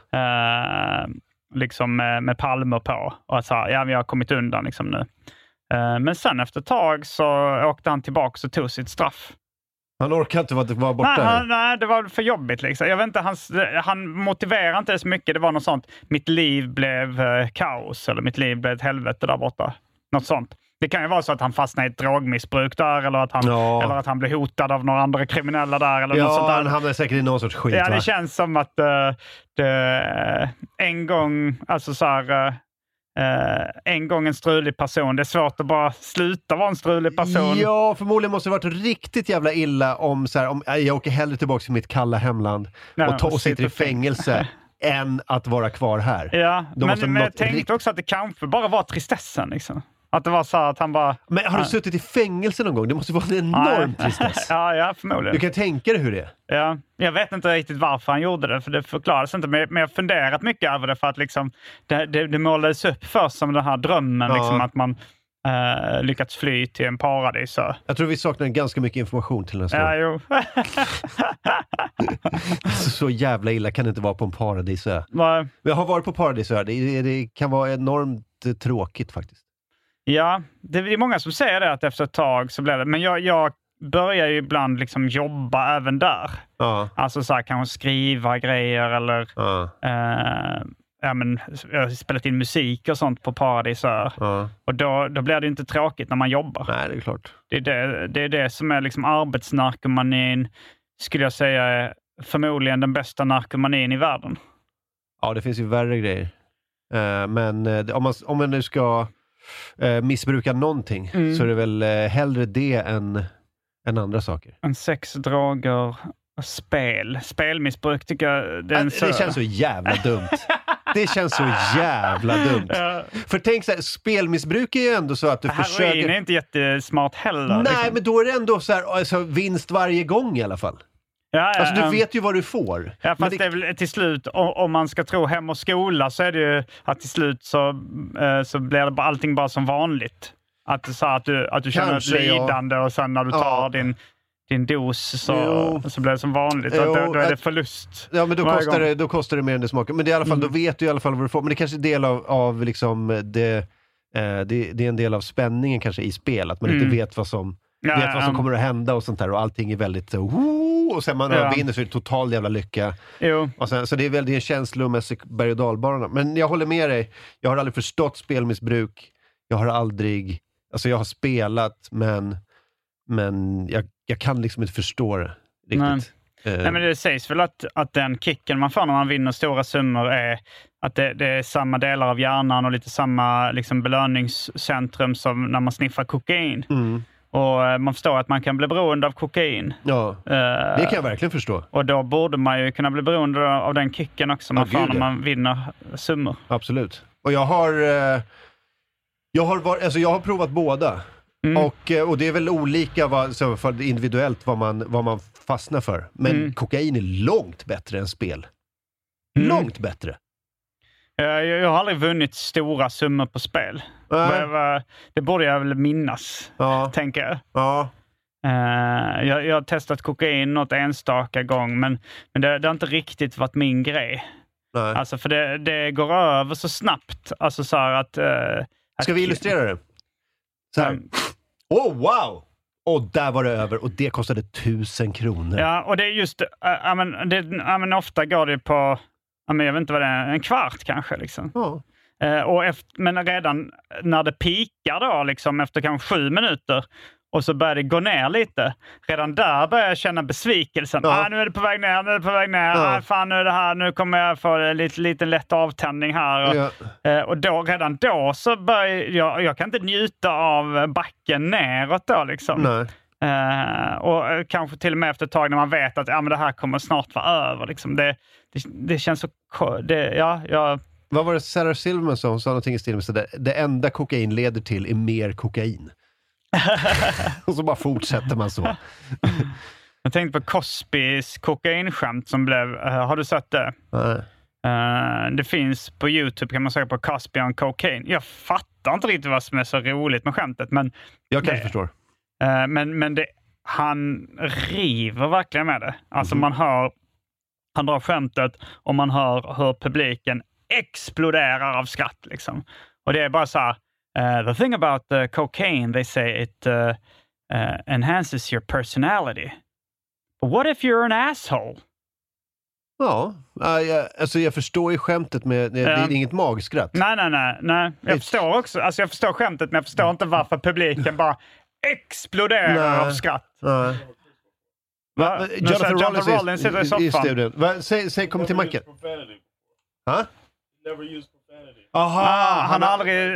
eh, liksom med, med palmer på. Och att säga, ja vi har kommit undan liksom nu. Men sen efter ett tag så åkte han tillbaka och tog sitt straff. Han orkar inte vara, vara borta? Nej, han, nej, det var för jobbigt liksom. Jag vet inte, han, han motiverar inte så mycket. Det var något sånt, mitt liv blev eh, kaos eller mitt liv blev ett helvete där borta. Något sånt. Det kan ju vara så att han fastnar i ett drogmissbruk där eller att han, ja. eller att han blir hotad av några andra kriminella där. Eller ja, något sånt där. Han hamnar säkert i någon sorts skit. Ja, det va? känns som att uh, det, en gång, alltså så här... Uh, Uh, en gång en strulig person. Det är svårt att bara sluta vara en strulig person. Ja, förmodligen måste det varit riktigt jävla illa om, så här, om jag åker hellre tillbaka till mitt kalla hemland Nej, och, ta, och sitter i fängelse än att vara kvar här. Ja, Då men, men jag tänkte rikt... också att det kanske bara var tristessen liksom. Att det var så att han bara... Men har du suttit i fängelse någon gång? Det måste vara en enorm tristess. ja, ja, förmodligen. Du kan tänka dig hur det är. Ja, jag vet inte riktigt varför han gjorde det, för det förklaras inte. Men jag har funderat mycket över det för att liksom, det, det, det målades upp först som den här drömmen, ja. liksom, att man äh, lyckats fly till en paradis. Så. Jag tror vi saknar ganska mycket information till nästa ja, år. Jo. så, så jävla illa kan det inte vara på en paradisö. Va? Jag har varit på paradisö. Det, det kan vara enormt tråkigt faktiskt. Ja, det är många som säger det att efter ett tag så blir det. Men jag, jag börjar ju ibland liksom jobba även där. Ja. Alltså så här, kanske skriva grejer eller ja. Eh, ja, men, jag har spelat in musik och sånt på Paradisö. Ja. Och då, då blir det inte tråkigt när man jobbar. Nej, det är klart. Det är det, det, är det som är liksom arbetsnarkomanin, skulle jag säga, är förmodligen den bästa narkomanin i världen. Ja, det finns ju värre grejer. Uh, men uh, om, man, om man nu ska... Eh, missbruka någonting mm. så är det väl eh, hellre det än, än andra saker. En sex, droger och spel. Spelmissbruk tycker jag det, är en så... det känns så jävla dumt. Det känns så jävla dumt. Ja. För tänk så här, spelmissbruk är ju ändå så att du Heroin försöker... Heroin är inte jättesmart heller. Nej, liksom. men då är det ändå så här, alltså, vinst varje gång i alla fall. Ja, ja, alltså du um, vet ju vad du får. Ja, fast det... det är väl till slut, om, om man ska tro Hem och skola, så är det ju att till slut så, uh, så blir det bara, allting bara som vanligt. Att, så att du, att du känner ett lidande ja. och sen när du tar ja. din din dos så, så blir det som vanligt. Jo, då, då är det förlust. Ja, men då kostar det, då kostar det mer än det smakar. Men det är i alla fall, mm. då vet du i alla fall vad du får. Men det kanske är del av, av liksom det, eh, det, det är en del av spänningen kanske i spel. Att man mm. inte vet vad som, ja, vet vad som ja. kommer att hända och sånt där. Och allting är väldigt så, woo, och sen man ja. vinner så är det total jävla lycka. Jo. Och sen, så det är väl det är en känslomässig berg- och dalbana. Men jag håller med dig. Jag har aldrig förstått spelmissbruk. Jag har aldrig, alltså jag har spelat men Men jag, jag kan liksom inte förstå det riktigt. Nej, uh. Nej men det sägs väl att, att den kicken man får när man vinner stora summor är att det, det är samma delar av hjärnan och lite samma liksom, belöningscentrum som när man sniffar kokain. Mm. Och man förstår att man kan bli beroende av kokain. Ja, uh, det kan jag verkligen förstå. Och då borde man ju kunna bli beroende av den kicken också man oh, får gud, när man ja. vinner summor. Absolut. Och jag har, uh, jag har, var, alltså jag har provat båda. Mm. Och, och det är väl olika vad, så för individuellt vad man, vad man fastnar för. Men mm. kokain är långt bättre än spel. Mm. Långt bättre. Jag, jag har aldrig vunnit stora summor på spel. Äh. Det borde jag väl minnas, ja. tänker jag. Ja. Uh, jag. Jag har testat kokain något enstaka gång, men, men det, det har inte riktigt varit min grej. Nej. Alltså för det, det går över så snabbt. Alltså så här att... Uh, Ska att, vi illustrera det? Så här. Um, oh, wow! Och där var det över. Och det kostade tusen kronor. Ja, och det är just... Äh, äh, men, det, äh, men ofta går det på... Äh, men jag vet inte vad det är. En kvart kanske, liksom. Ja. Uh, och efter, men redan när det pikar då, liksom, efter kanske sju minuter... Och så börjar det gå ner lite. Redan där börjar jag känna besvikelsen. Ja. Ah, nu är det på väg ner, nu är det på väg ner. Ja. Ah, fan, nu är det här. Nu kommer jag få en lite, lite lätt avtändning här. Och, ja. eh, och då, redan då så börjar jag... Jag kan inte njuta av backen neråt då, liksom. Nej. Eh, och kanske till och med efter ett tag när man vet att ja, men det här kommer snart vara över. Liksom. Det, det, det känns så... Det, ja, jag... Vad var det Sarah Silverman sa? Hon sa någonting i stil med så det, det enda kokain leder till är mer kokain. Och så bara fortsätter man så. Jag tänkte på Cosbys kokainskämt som blev... Uh, har du sett det? Nej. Uh, det finns på YouTube, kan man säga, på Cosby on cocaine. Jag fattar inte riktigt vad som är så roligt med skämtet, men... Jag kanske förstår. Uh, men men det, han river verkligen med det. Alltså mm. man hör... Han drar skämtet och man hör hur publiken exploderar av skratt, liksom. Och det är bara så här... Uh, the thing about the cocaine, they say it uh, uh, enhances your personality. But what if you're an asshole? Ja, uh, jag, alltså jag förstår ju skämtet med, det, uh, det är inget magskratt. Nej, nej, nej. nej. Jag, förstår också, alltså jag förstår skämtet, men jag förstår inte varför publiken bara exploderar nej. av skratt. Nej. Va? Va? Jonathan, Jonathan Rollins sitter i soffan. I studion. Va? Säg, säg, kom till micken. Ha? Never use profanity. Aha, ah, han, han har aldrig...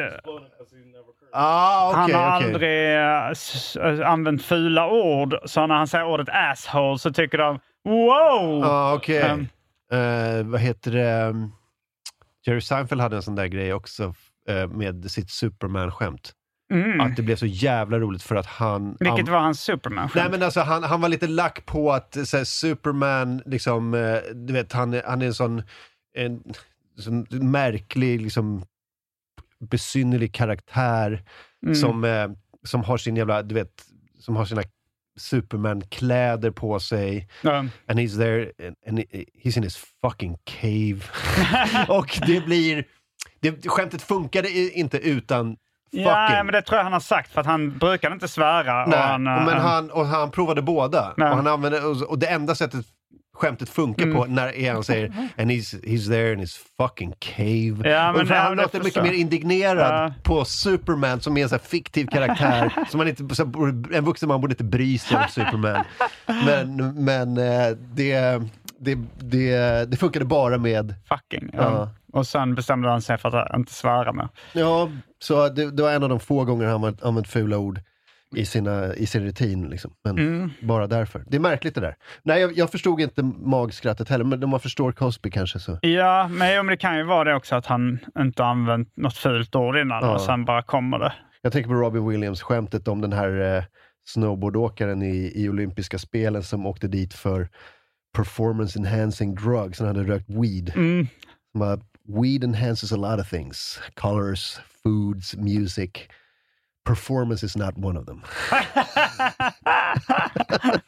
Ah, okay, han har okay. aldrig uh, s- uh, använt fula ord. Så när han säger ordet asshole så tycker de wow! Ah, okej. Okay. Um, uh, vad heter det? Jerry Seinfeld hade en sån där grej också uh, med sitt Superman-skämt. Mm. Att det blev så jävla roligt för att han... Vilket han, var hans Superman-skämt? Nej, men alltså han, han var lite lack på att så här, Superman liksom, uh, du vet, han, han är en sån... En, sån märklig, liksom besynnerlig karaktär mm. som, eh, som har sin jävla, du vet, som har sina Superman-kläder på sig. Mm. And he's there, and he's in his fucking cave. Och det blir, det, skämtet funkade inte utan fucking. Ja, men det tror jag han har sagt, för att han brukar inte svära. Nej, och han, men uh, han, och han provade båda. Och, han använde, och, och det enda sättet skämtet funkar mm. på när han säger and he's, he's there in his fucking cave. Ja, men och han låter mycket mer indignerad ja. på Superman som är en så här fiktiv karaktär som man inte, så, en vuxen man borde inte bry sig om Superman. Men, men det, det, det, det funkade bara med fucking. Ja. Ja. Och sen bestämde han sig för att inte svära med. Ja, så det, det var en av de få gånger han använt, använt fula ord i, sina, i sin rutin liksom. Men mm. bara därför. Det är märkligt det där. Nej, jag, jag förstod inte magskrattet heller, men om man förstår Cosby kanske så. Ja, men, ja, men det kan ju vara det också att han inte använt något fult ord innan ja. och sen bara kommer det. Jag tänker på Robin Williams skämtet om den här eh, snowboardåkaren i, i olympiska spelen som åkte dit för performance enhancing drugs. Han hade rökt weed. Mm. Bara, weed enhances a lot of things. Colors, foods, music. Performance is not one of them.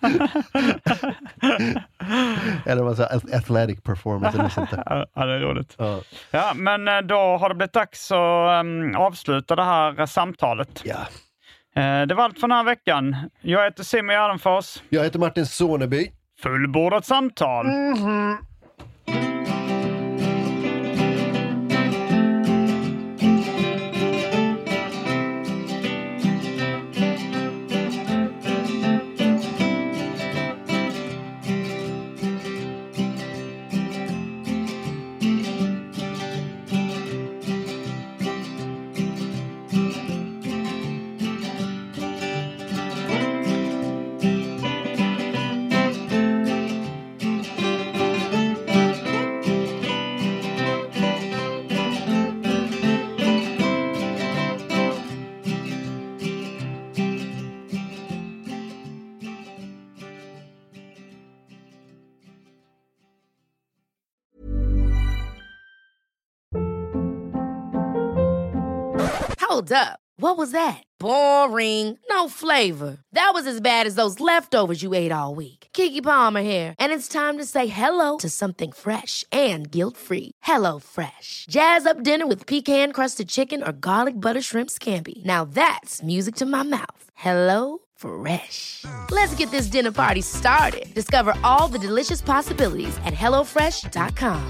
Eller vad säger athletic performance eller sånt där. Ja, det är roligt. Ja. Ja, men då har det blivit dags att um, avsluta det här samtalet. Ja. Uh, det var allt för den här veckan. Jag heter Simon Gärdenfors. Jag heter Martin Soneby. Fullbordat samtal. Mm-hmm. Hold up. What was that? Boring. No flavor. That was as bad as those leftovers you ate all week. Keke Palmer here, and it's time to say hello to something fresh and guilt-free. Hello Fresh. Jazz up dinner with pecan-crusted chicken or garlic butter shrimp scampi. Now that's music to my mouth. Hello Fresh. Let's get this dinner party started. Discover all the delicious possibilities at hello fresh dot com.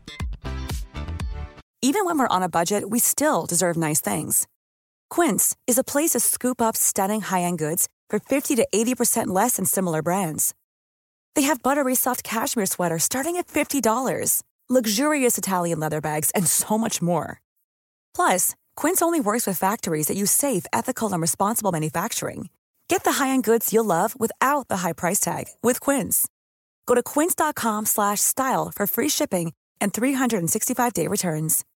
Even when we're on a budget, we still deserve nice things. Quince is a place to scoop up stunning high-end goods for fifty to eighty percent less than similar brands. They have buttery soft cashmere sweaters starting at fifty dollars, luxurious Italian leather bags, and so much more. Plus, Quince only works with factories that use safe, ethical, and responsible manufacturing. Get the high-end goods you'll love without the high price tag with Quince. Go to quince dot com slash style for free shipping and three hundred sixty-five day returns.